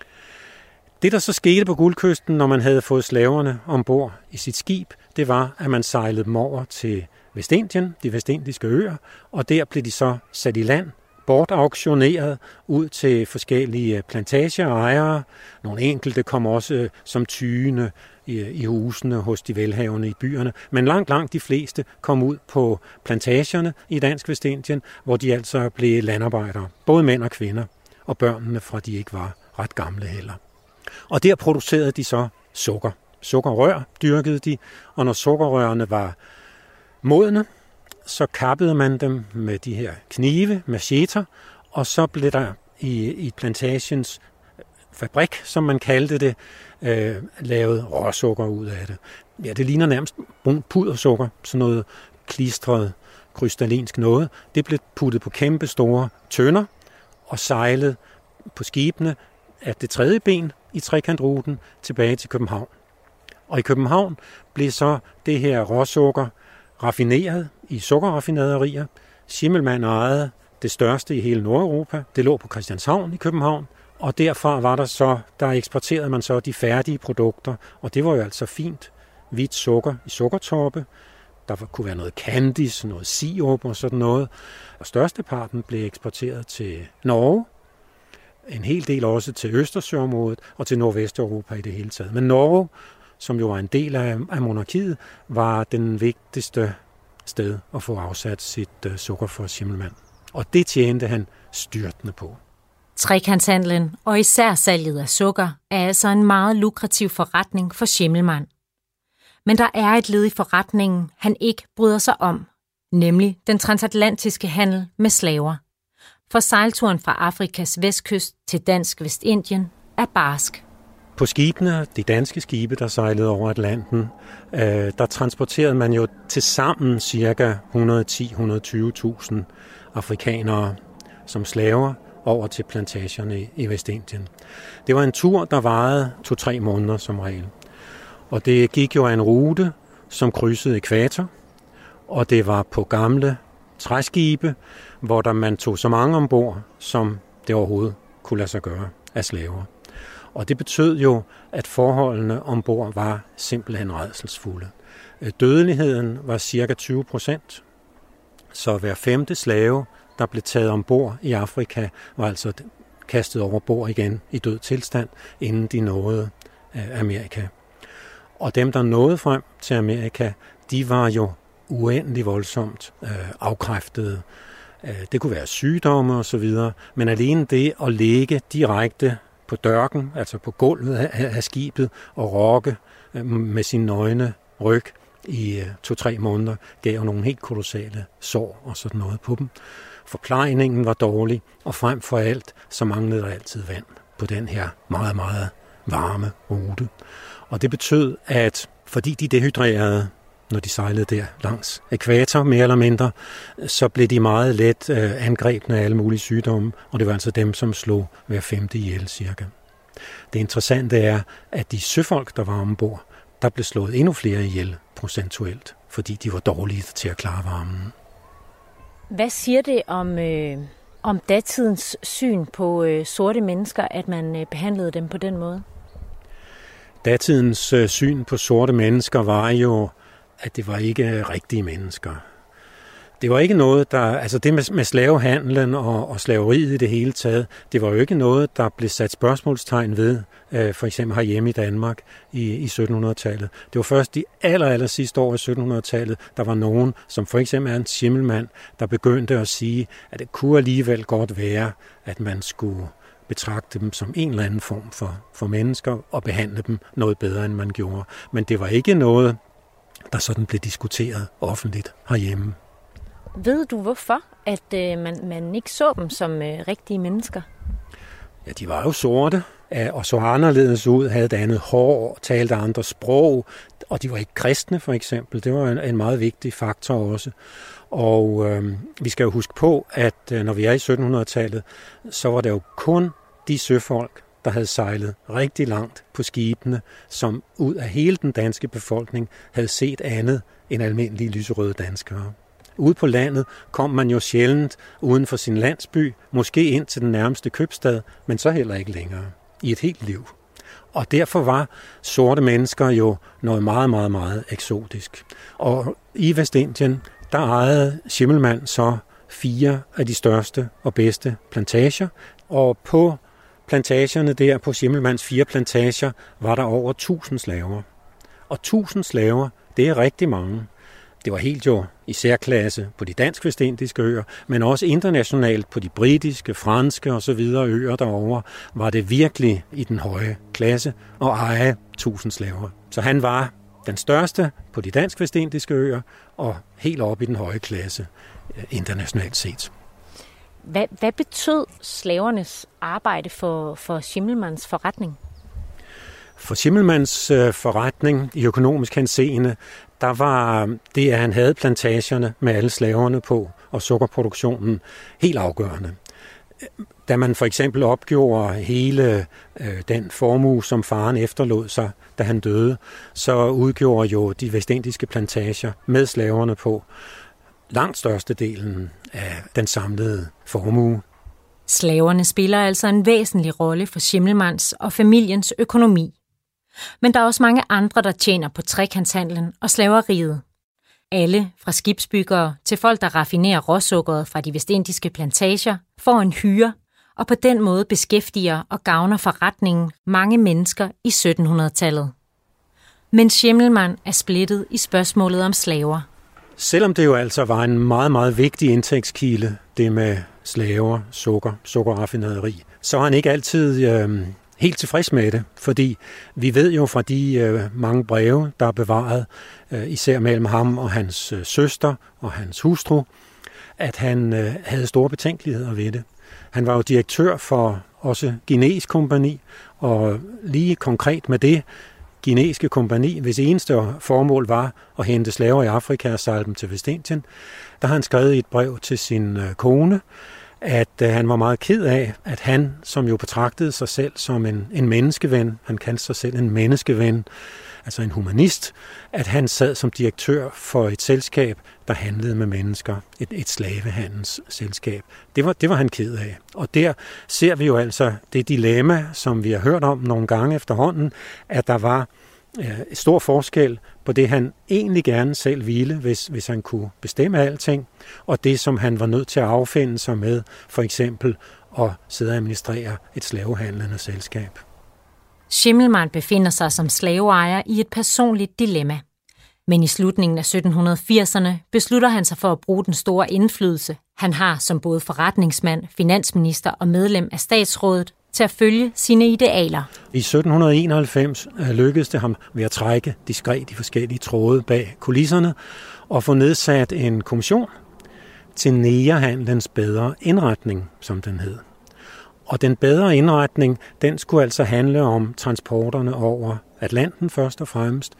Det, der så skete på Guldkysten, når man havde fået slaverne ombord i sit skib, det var, at man sejlede dem over til Vestindien, de vestindiske øer, og der blev de så sat i land, bortauktioneret ud til forskellige plantageejere. Nogle enkelte kom også som tygende i husene hos de velhavende i byerne, men langt, langt de fleste kom ud på plantagerne i Dansk Vestindien, hvor de altså blev landarbejdere, både mænd og kvinder, og børnene fra de ikke var ret gamle heller. Og der producerede de så sukker. Sukkerrør dyrkede de, og når sukkerrørene var modne, så kappede man dem med de her knive, macheter, og så blev der i, i plantagens fabrik, som man kaldte det, øh, lavet råsukker ud af det. Ja, det ligner nærmest pudersukker, sådan noget klistret, krystallinsk noget. Det blev puttet på kæmpe store tønder og sejlet på skibene af det tredje ben i trekantruten tilbage til København. Og i København blev så det her råsukker raffineret i sukkerraffinaderier. Schimmelmann ejede det største i hele Nordeuropa. Det lå på Christianshavn i København, og derfra var der så, der eksporterede man så de færdige produkter, og det var jo altså fint hvidt sukker i sukkertoppe. Der kunne være noget candice, noget sirup og sådan noget. Og størsteparten blev eksporteret til Norge, en hel del også til Østersøområdet og til Nordvesteuropa i det hele taget. Men Norge, som jo var en del af, af monarkiet, var den vigtigste sted at få afsat sit uh, sukker for Schimmelmann. Og det tjente han styrtende på. Trekantshandlen og især salget af sukker er altså en meget lukrativ forretning for Schimmelmann. Men der er et led i forretningen, han ikke bryder sig om, nemlig den transatlantiske handel med slaver. For sejlturen fra Afrikas vestkyst til Dansk Vestindien er barsk. På skibene, de danske skibe, der sejlede over Atlanten, øh, der transporterede man jo til sammen ca. et hundrede og ti til et hundrede og tyve tusind afrikanere som slaver over til plantagerne i, i Vestindien. Det var en tur, der varede to-tre måneder som regel. Og det gik jo af en rute, som krydsede ækvator, og det var på gamle træskibe, hvor der man tog så mange ombord, som det overhovedet kunne lade sig gøre af slaver. Og det betød jo, at forholdene ombord var simpelthen rædselsfulde. Dødeligheden var cirka tyve procent, så hver femte slave, der blev taget ombord i Afrika, var altså kastet over bord igen i død tilstand, inden de nåede Amerika. Og dem, der nåede frem til Amerika, de var jo uendelig voldsomt øh, afkræftede. Det kunne være sygdomme og så videre, men alene det at ligge direkte på dørken, altså på gulvet af skibet, og rokke med sin nøgne ryg i to-tre måneder, gav nogle helt kolossale sår og sådan noget på dem. Forplejningen var dårlig, og frem for alt, så manglede der altid vand på den her meget, meget varme rute. Og det betød, at fordi de dehydrerede, når de sejlede der langs ækvator, mere eller mindre, så blev de meget let øh, angrebne af alle mulige sygdomme, og det var altså dem, som slog hver femte ihjel cirka. Det interessante er, at de søfolk, der var ombord, der blev slået endnu flere ihjel procentuelt, fordi de var dårlige til at klare varmen. Hvad siger det om, øh, om datidens syn på øh, sorte mennesker, at man øh, behandlede dem på den måde? Datidens øh, syn på sorte mennesker var jo, at det var ikke rigtige mennesker. Det var ikke noget, der, altså det med, med slavehandlen og, og slaveriet i det hele taget, det var jo ikke noget, der blev sat spørgsmålstegn ved, øh, for eksempel herhjemme i Danmark i, i syttenhundredetallet. Det var først de aller, aller sidste år i syttenhundredetallet, der var nogen, som for eksempel Ernst Schimmelmann, der begyndte at sige, at det kunne alligevel godt være, at man skulle betragte dem som en eller anden form for, for mennesker og behandle dem noget bedre, end man gjorde. Men det var ikke noget, der sådan blev diskuteret offentligt herhjemme. Ved du hvorfor, at øh, man, man ikke så dem som øh, rigtige mennesker? Ja, de var jo sorte, og så anderledes ud, havde et andet hår, talte andre sprog, og de var ikke kristne for eksempel. Det var en, en meget vigtig faktor også. Og øh, vi skal jo huske på, at øh, når vi er i syttenhundredetallet, så var det jo kun de søfolk, der havde sejlet rigtig langt på skibene, som ud af hele den danske befolkning havde set andet end almindelige lyserøde danskere. Ude på landet kom man jo sjældent uden for sin landsby, måske ind til den nærmeste købstad, men så heller ikke længere i et helt liv. Og derfor var sorte mennesker jo noget meget, meget, meget eksotisk. Og i Vestindien, der ejede Schimmelmann så fire af de største og bedste plantager, og på plantagerne der, på Schimmelmanns fire plantager, var der over tusind slaver. Og tusind slaver, det er rigtig mange. Det var helt jo i særklasse på de dansk-vestindiske øer, men også internationalt på de britiske, franske og så videre øer derovre, var det virkelig i den høje klasse at eje tusind slaver. Så han var den største på de dansk-vestindiske øer og helt op i den høje klasse internationalt set. Hvad, hvad betød slavernes arbejde for, for Schimmelmanns forretning? For Schimmelmanns øh, forretning i økonomisk henseende, der var det, at han havde plantagerne med alle slaverne på og sukkerproduktionen helt afgørende. Da man for eksempel opgjorde hele øh, den formue, som faren efterlod sig, da han døde, så udgjorde jo de vestindiske plantager med slaverne på langt størstedelen af den samlede formue. Slaverne spiller altså en væsentlig rolle for Schimmelmanns og familiens økonomi. Men der er også mange andre, der tjener på trekantshandlen og slaveriet. Alle, fra skibsbyggere til folk, der raffinerer råsukkeret fra de vestindiske plantager, får en hyre, og på den måde beskæftiger og gavner forretningen mange mennesker i syttenhundredetallet. Men Schimmelmann er splittet i spørgsmålet om slaver. Selvom det jo altså var en meget, meget vigtig indtægtskilde, det med slaver, sukker, sukkerraffinaderi, så er han ikke altid øh, helt tilfreds med det, fordi vi ved jo fra de øh, mange breve, der er bevaret, øh, især mellem ham og hans øh, søster og hans hustru, at han øh, havde store betænkeligheder ved det. Han var jo direktør for også Guineas kompagni, og lige konkret med det, Guineske kompagni, hvis eneste formål var at hente slaver i Afrika og sejle dem til Vestindien, der har han skrevet i et brev til sin øh, kone, at øh, han var meget ked af, at han, som jo betragtede sig selv som en, en menneskeven, han kaldte sig selv en menneskeven, altså en humanist, at han sad som direktør for et selskab, der handlede med mennesker, et, et slavehandelsselskab. Det var, det var han ked af. Og der ser vi jo altså det dilemma, som vi har hørt om nogle gange efterhånden, at der var øh, stor forskel på det, han egentlig gerne selv ville, hvis, hvis han kunne bestemme alting, og det, som han var nødt til at affinde sig med, for eksempel at sidde og administrere et slavehandlende selskab. Schimmelmann befinder sig som slaveejer i et personligt dilemma. Men i slutningen af sytten firserne beslutter han sig for at bruge den store indflydelse, han har som både forretningsmand, finansminister og medlem af statsrådet, til at følge sine idealer. I sytten enoghalvfems lykkedes det ham ved at trække diskret de forskellige tråde bag kulisserne og få nedsat en kommission til negerhandlens bedre indretning, som den hed. Og den bedre indretning, den skulle altså handle om transporterne over Atlanten først og fremmest.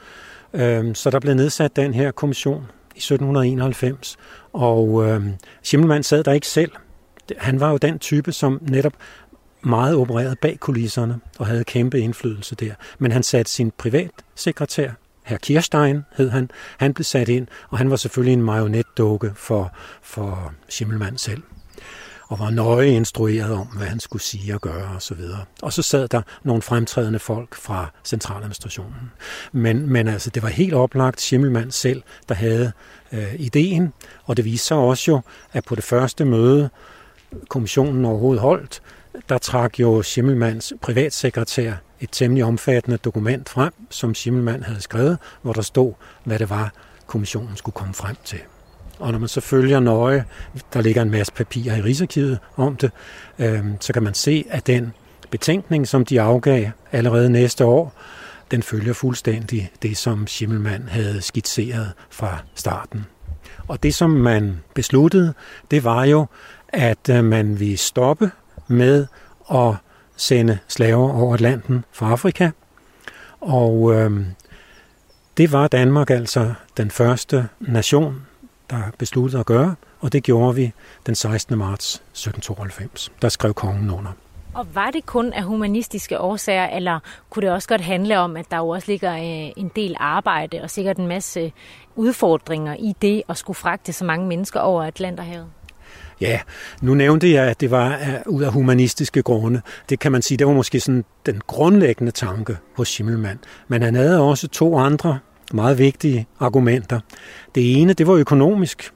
Så der blev nedsat den her kommission i sytten enoghalvfems, og Schimmelmann sad der ikke selv. Han var jo den type, som netop meget opererede bag kulisserne og havde kæmpe indflydelse der. Men han satte sin privatsekretær, Herr Kirstein hed han, han blev sat ind, og han var selvfølgelig en marionetdukke for, for Schimmelmann selv. og var nøje instrueret om, hvad han skulle sige og gøre osv. Og så sad der nogle fremtrædende folk fra centraladministrationen. Men, men altså, det var helt oplagt Schimmelmann selv, der havde øh, ideen, og det viste sig også jo, at på det første møde, kommissionen overhovedet holdt, der trak jo Schimmelmanns privatsekretær et temmelig omfattende dokument frem, som Schimmelmann havde skrevet, hvor der stod, hvad det var, kommissionen skulle komme frem til. Og når man så følger nøje, der ligger en masse papirer i Rigsarkivet om det, øh, så kan man se, at den betænkning, som de afgav allerede næste år, den følger fuldstændig det, som Schimmelmann havde skitseret fra starten. Og det, som man besluttede, det var jo, at øh, man ville stoppe med at sende slaver over Atlanten fra Afrika. Og øh, det var Danmark altså den første nation, der besluttede at gøre, og det gjorde vi den sekstende marts sytten tooghalvfems. Der skrev kongen under. Og var det kun af humanistiske årsager, eller kunne det også godt handle om, at der jo også ligger en del arbejde og sikkert en masse udfordringer i det at skulle fragte så mange mennesker over Atlanterhavet? Ja, nu nævnte jeg, at det var ud af humanistiske grunde. Det kan man sige, det var måske sådan den grundlæggende tanke hos Schimmelmann. Men han havde også to andre meget vigtige argumenter. Det ene, det var økonomisk.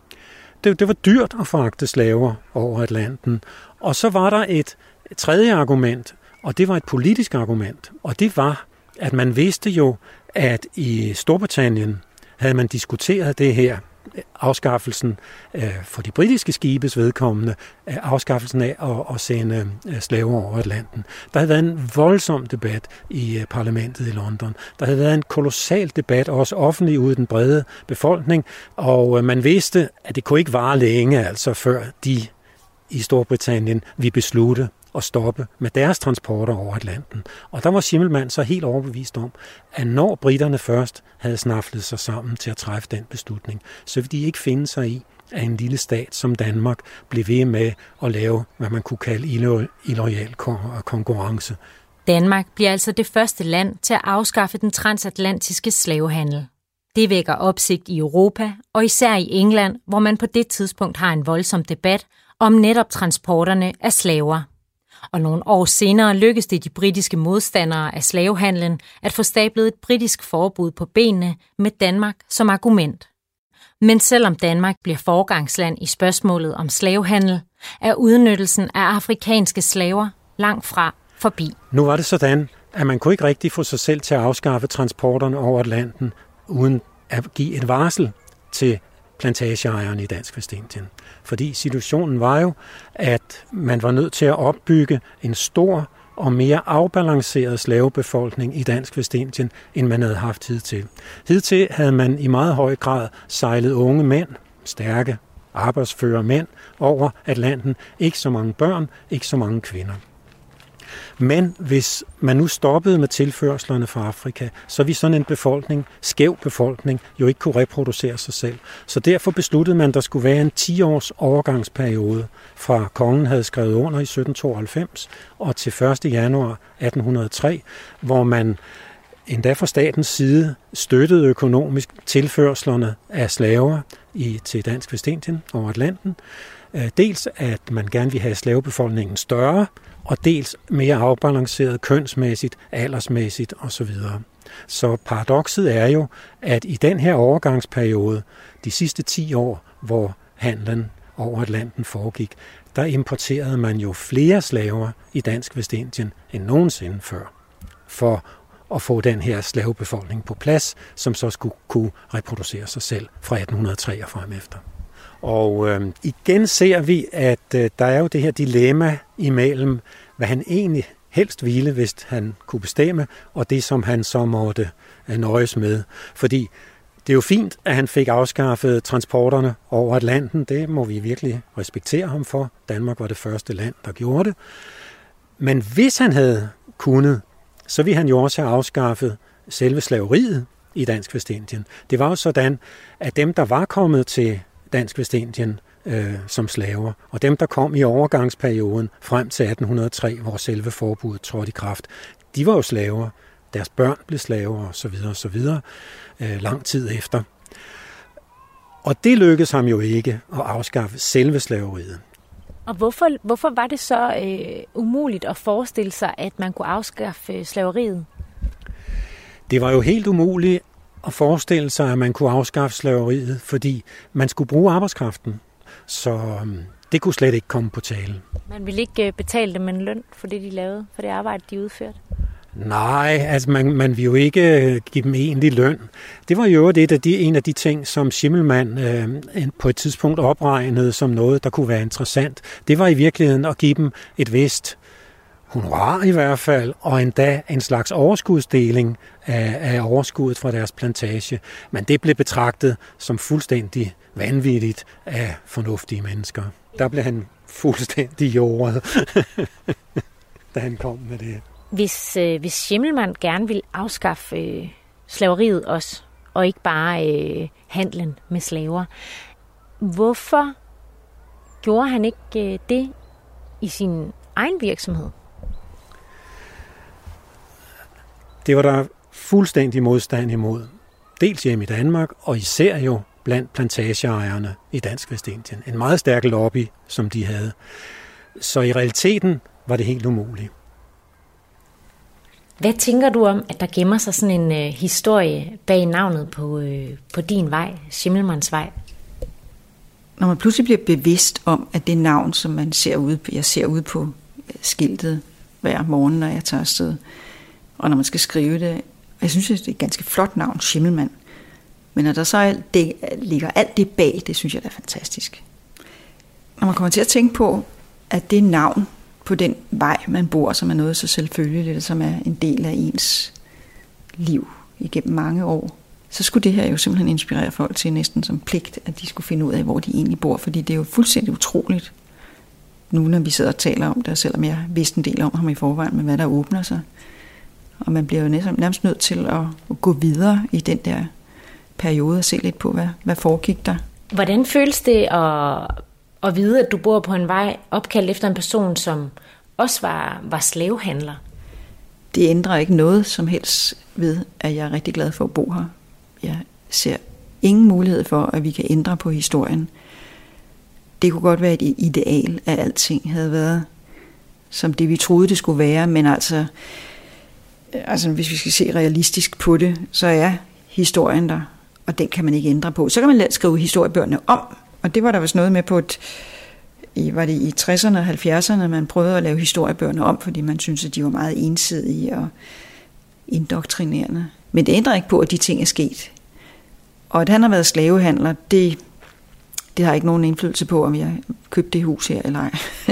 Det, det var dyrt at fragte slaver over Atlanten. Og så var der et tredje argument, og det var et politisk argument. Og det var, at man vidste jo, at i Storbritannien havde man diskuteret det her, afskaffelsen øh, for de britiske skibes vedkommende, øh, afskaffelsen af at, at sende øh, slaver over Atlanten. Der havde været en voldsom debat i øh, parlamentet i London. Der havde været en kolossal debat, også offentlig ude i den brede befolkning, og øh, man vidste, at det kunne ikke vare længe, altså før de i Storbritannien ville beslutte at stoppe med deres transporter over Atlanten. Og der var Schimmelmann så helt overbevist om, at når briterne først havde snaflet sig sammen til at træffe den beslutning, så ville de ikke finde sig i, at en lille stat som Danmark blev ved med at lave, hvad man kunne kalde illoyal konkurrence. Danmark bliver altså det første land til at afskaffe den transatlantiske slavehandel. Det vækker opsigt i Europa, og især i England, hvor man på det tidspunkt har en voldsom debat om netop transporterne af slaver. Og nogle år senere lykkedes det de britiske modstandere af slavehandlen at få stablet et britisk forbud på benene med Danmark som argument. Men selvom Danmark bliver foregangsland i spørgsmålet om slavehandel, er udnyttelsen af afrikanske slaver langt fra forbi. Nu var det sådan, at man kunne ikke rigtig få sig selv til at afskaffe transporterne over Atlanten, uden at give et varsel til plantageejerne i Dansk Vestindien. Fordi situationen var jo, at man var nødt til at opbygge en stor og mere afbalanceret slavebefolkning i Dansk Vestindien, end man havde haft hidtil. Hidtil havde man i meget høj grad sejlet unge mænd, stærke, arbejdsføre mænd, over Atlanten. Ikke så mange børn, ikke så mange kvinder. Men hvis man nu stoppede med tilførslerne fra Afrika, så ville sådan en befolkning, skæv befolkning, jo ikke kunne reproducere sig selv. Så derfor besluttede man, at der skulle være en ti års overgangsperiode fra kongen havde skrevet under i sytten tooghalvfems og til første januar atten hundrede og tre, hvor man endda fra statens side støttede økonomisk tilførslerne af slaver i, til Dansk Vestindien over Atlanten. Dels at man gerne ville have slavebefolkningen større, og dels mere afbalanceret kønsmæssigt, aldersmæssigt osv. Så paradokset er jo, at i den her overgangsperiode, de sidste ti år, hvor handlen over Atlanten foregik, der importerede man jo flere slaver i Dansk Vestindien end nogensinde før, for at få den her slavebefolkning på plads, som så skulle kunne reproducere sig selv fra atten hundrede og tre og frem efter. Og øh, igen ser vi, at øh, der er jo det her dilemma imellem, hvad han egentlig helst ville, hvis han kunne bestemme, og det, som han så måtte øh, nøjes med. Fordi det er jo fint, at han fik afskaffet transporterne over Atlanten. Det må vi virkelig respektere ham for. Danmark var det første land, der gjorde det. Men hvis han havde kunnet, så ville han jo også have afskaffet selve slaveriet i Dansk Vestindien. Det var jo sådan, at dem, der var kommet til Dansk Vestindien øh, som slaver, og dem, der kom i overgangsperioden frem til atten hundrede og tre, hvor selve forbuddet trådte i kraft, de var jo slaver. Deres børn blev slaver osv. osv. Øh, lang tid efter. Og det lykkedes ham jo ikke at afskaffe selve slaveriet. Og hvorfor, hvorfor var det så øh, umuligt at forestille sig, at man kunne afskaffe slaveriet? Det var jo helt umuligt at forestille sig, at man kunne afskaffe slaveriet, fordi man skulle bruge arbejdskraften. Så um, det kunne slet ikke komme på tale. Man ville ikke betale dem en løn for det, de lavede, for det arbejde, de udførte? Nej, altså man, man ville jo ikke give dem egentlig løn. Det var jo det, de, en af de ting, som Schimmelmann øh, på et tidspunkt opregnede som noget, der kunne være interessant. Det var i virkeligheden at give dem et vist honorar i hvert fald, og endda en slags overskudsdeling af, af overskuddet fra deres plantage. Men det blev betragtet som fuldstændig vanvittigt af fornuftige mennesker. Der blev han fuldstændig jordet, da han kom med det. Hvis, øh, hvis Schimmelmann gerne ville afskaffe øh, slaveriet også, og ikke bare øh, handlen med slaver, hvorfor gjorde han ikke øh, det i sin egen virksomhed? Det var der fuldstændig modstand imod. Dels hjemme i Danmark, og især jo blandt plantageejerne i Dansk Vestindien. En meget stærk lobby, som de havde. Så i realiteten var det helt umuligt. Hvad tænker du om, at der gemmer sig sådan en øh, historie bag navnet på, øh, på din vej, Schimmelmanns vej? Når man pludselig bliver bevidst om, at det navn, som man ser ude, jeg ser ude på skiltet hver morgen, når jeg tager afsted, og når man skal skrive det, jeg synes, det er et ganske flot navn, Schimmelmann. Men når der så alt det, ligger alt det bag, det synes jeg, det er fantastisk. Når man kommer til at tænke på, at det navn på den vej, man bor, som er noget så selvfølgeligt, som er en del af ens liv igennem mange år, så skulle det her jo simpelthen inspirere folk til næsten som pligt, at de skulle finde ud af, hvor de egentlig bor, fordi det er jo fuldstændig utroligt, nu når vi sidder og taler om det, selvom jeg vidste en del om ham i forvejen, med hvad der åbner sig. Og man bliver jo nærmest nødt til at gå videre i den der periode og se lidt på, hvad, hvad foregik der. Hvordan føles det at, at vide, at du bor på en vej opkaldt efter en person, som også var, var slavehandler? Det ændrer ikke noget som helst ved, at jeg er rigtig glad for at bo her. Jeg ser ingen mulighed for, at vi kan ændre på historien. Det kunne godt være et ideal, at alting havde været som det, vi troede, det skulle være, men altså, altså hvis vi skal se realistisk på det, så er historien der, og den kan man ikke ændre på. Så kan man skrive historiebøgerne om, og det var der vist noget med på et, i, var det i tresserne og halvfjerdserne, man prøvede at lave historiebøgerne om, fordi man syntes, at de var meget ensidige og indoktrinerende. Men det ændrer ikke på, at de ting er sket. Og at han har været slavehandler, det, det har ikke nogen indflydelse på, om jeg købte det hus her eller ej.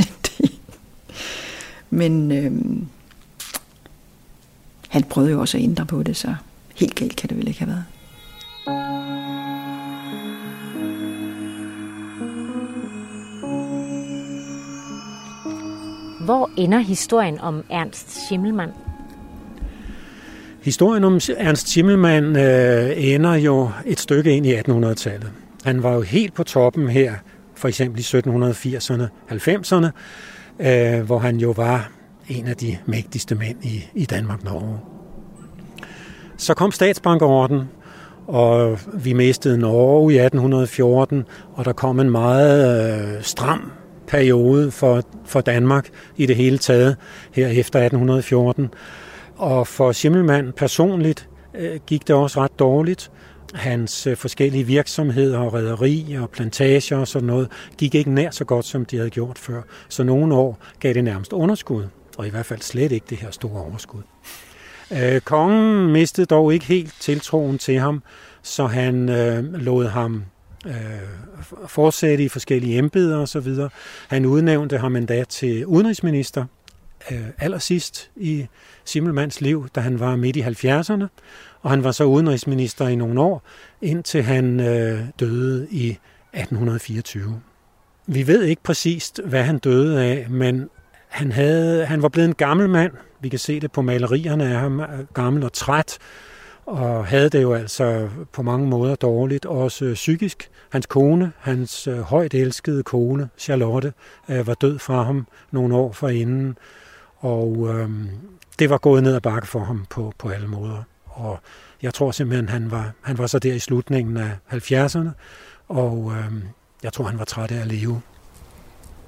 Men øhm, han prøvede jo også at ændre på det, så helt galt kan det vel ikke have været. Hvor ender historien om Ernst Schimmelmann? Historien om Ernst Schimmelmann øh, ender jo et stykke ind i attenhundredetallet. Han var jo helt på toppen her, for eksempel i sytten firserne, halvfemserne, øh, hvor han jo var en af de mægtigste mænd i, i Danmark-Norge. Så kom statsbankerotten, og vi mistede Norge i atten fjorten, og der kom en meget øh, stram periode for, for Danmark i det hele taget her efter atten fjorten. Og for Schimmelmann personligt øh, gik det også ret dårligt. Hans øh, forskellige virksomheder og rederier og plantager og sådan noget gik ikke nær så godt, som de havde gjort før. Så nogle år gav det nærmest underskud, og i hvert fald slet ikke det her store overskud. Øh, kongen mistede dog ikke helt tiltroen til ham, så han øh, lod ham øh, fortsætte i forskellige embeder og så videre. Han udnævnte ham endda til udenrigsminister øh, allersidst i Schimmelmanns liv, da han var midt i halvfjerdserne, og han var så udenrigsminister i nogle år, indtil han øh, døde i atten fireogtyve. Vi ved ikke præcist, hvad han døde af, men han, havde, han var blevet en gammel mand. Vi kan se det på malerierne af ham, gammel og træt, og havde det jo altså på mange måder dårligt, også psykisk. Hans kone, hans øh, højt elskede kone, Charlotte, øh, var død fra ham nogle år forinden, og øh, det var gået ned ad bakke for ham på, på alle måder. Og jeg tror simpelthen, han var, han var så der i slutningen af halvfjerdserne, og øh, jeg tror, han var træt af at leve.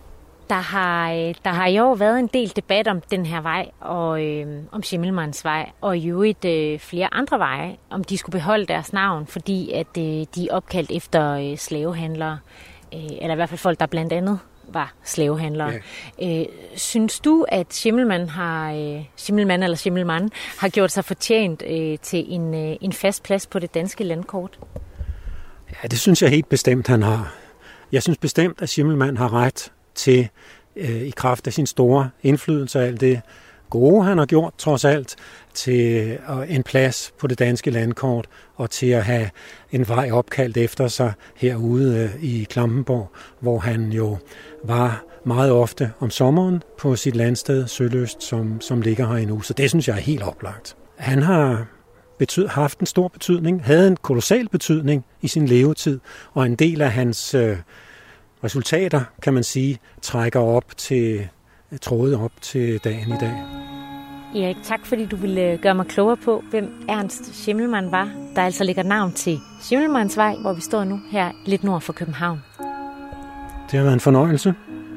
Der har, der har i år været en del debat om den her vej, og øh, om Schimmelmannsvej, og i øvrigt øh, flere andre veje, om de skulle beholde deres navn, fordi at øh, de er opkaldt efter øh, slavehandlere, øh, eller i hvert fald folk, der blandt andet var slavehandlere. Ja. Øh, synes du, at Schimmelmann har, øh, Schimmelmann eller Schimmelmann har gjort sig fortjent øh, til en, øh, en fast plads på det danske landkort? Ja, det synes jeg helt bestemt, han har. Jeg synes bestemt, at Schimmelmann har ret til, øh, i kraft af sin store indflydelse og alt det gode, han har gjort, trods alt, til øh, en plads på det danske landkort, og til at have en vej opkaldt efter sig herude øh, i Klampenborg, hvor han jo var meget ofte om sommeren på sit landsted, Søløst, som, som ligger her endnu. Så det synes jeg er helt oplagt. Han har betyd, haft en stor betydning, havde en kolossal betydning i sin levetid, og en del af hans øh, resultater, kan man sige, trækker op til, trådet op til dagen i dag. Erik, tak fordi du ville gøre mig klogere på, hvem Ernst Schimmelmann var, der altså lægger navn til Schimmelmannsvej, hvor vi står nu her lidt nord for København. Det har været en fornøjelse.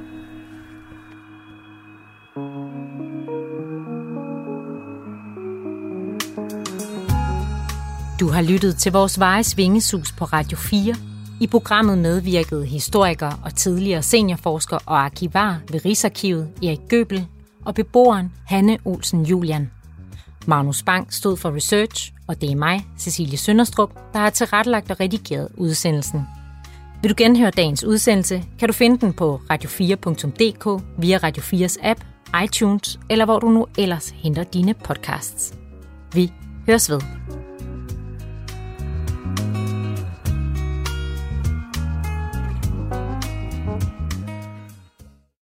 Du har lyttet til vores Vejes Vingesus på Radio fire. I programmet medvirkede historiker og tidligere seniorforsker og arkivar ved Rigsarkivet Erik Gøbel og beboeren Hanne Olsen Julian. Magnus Bang stod for research, og det er mig, Cecilie Sønderstrup, der har tilrettelagt og redigeret udsendelsen. Vil du genhøre dagens udsendelse, kan du finde den på radio fire punktum d k via Radio fires app, iTunes eller hvor du nu ellers henter dine podcasts. Vi høres ved.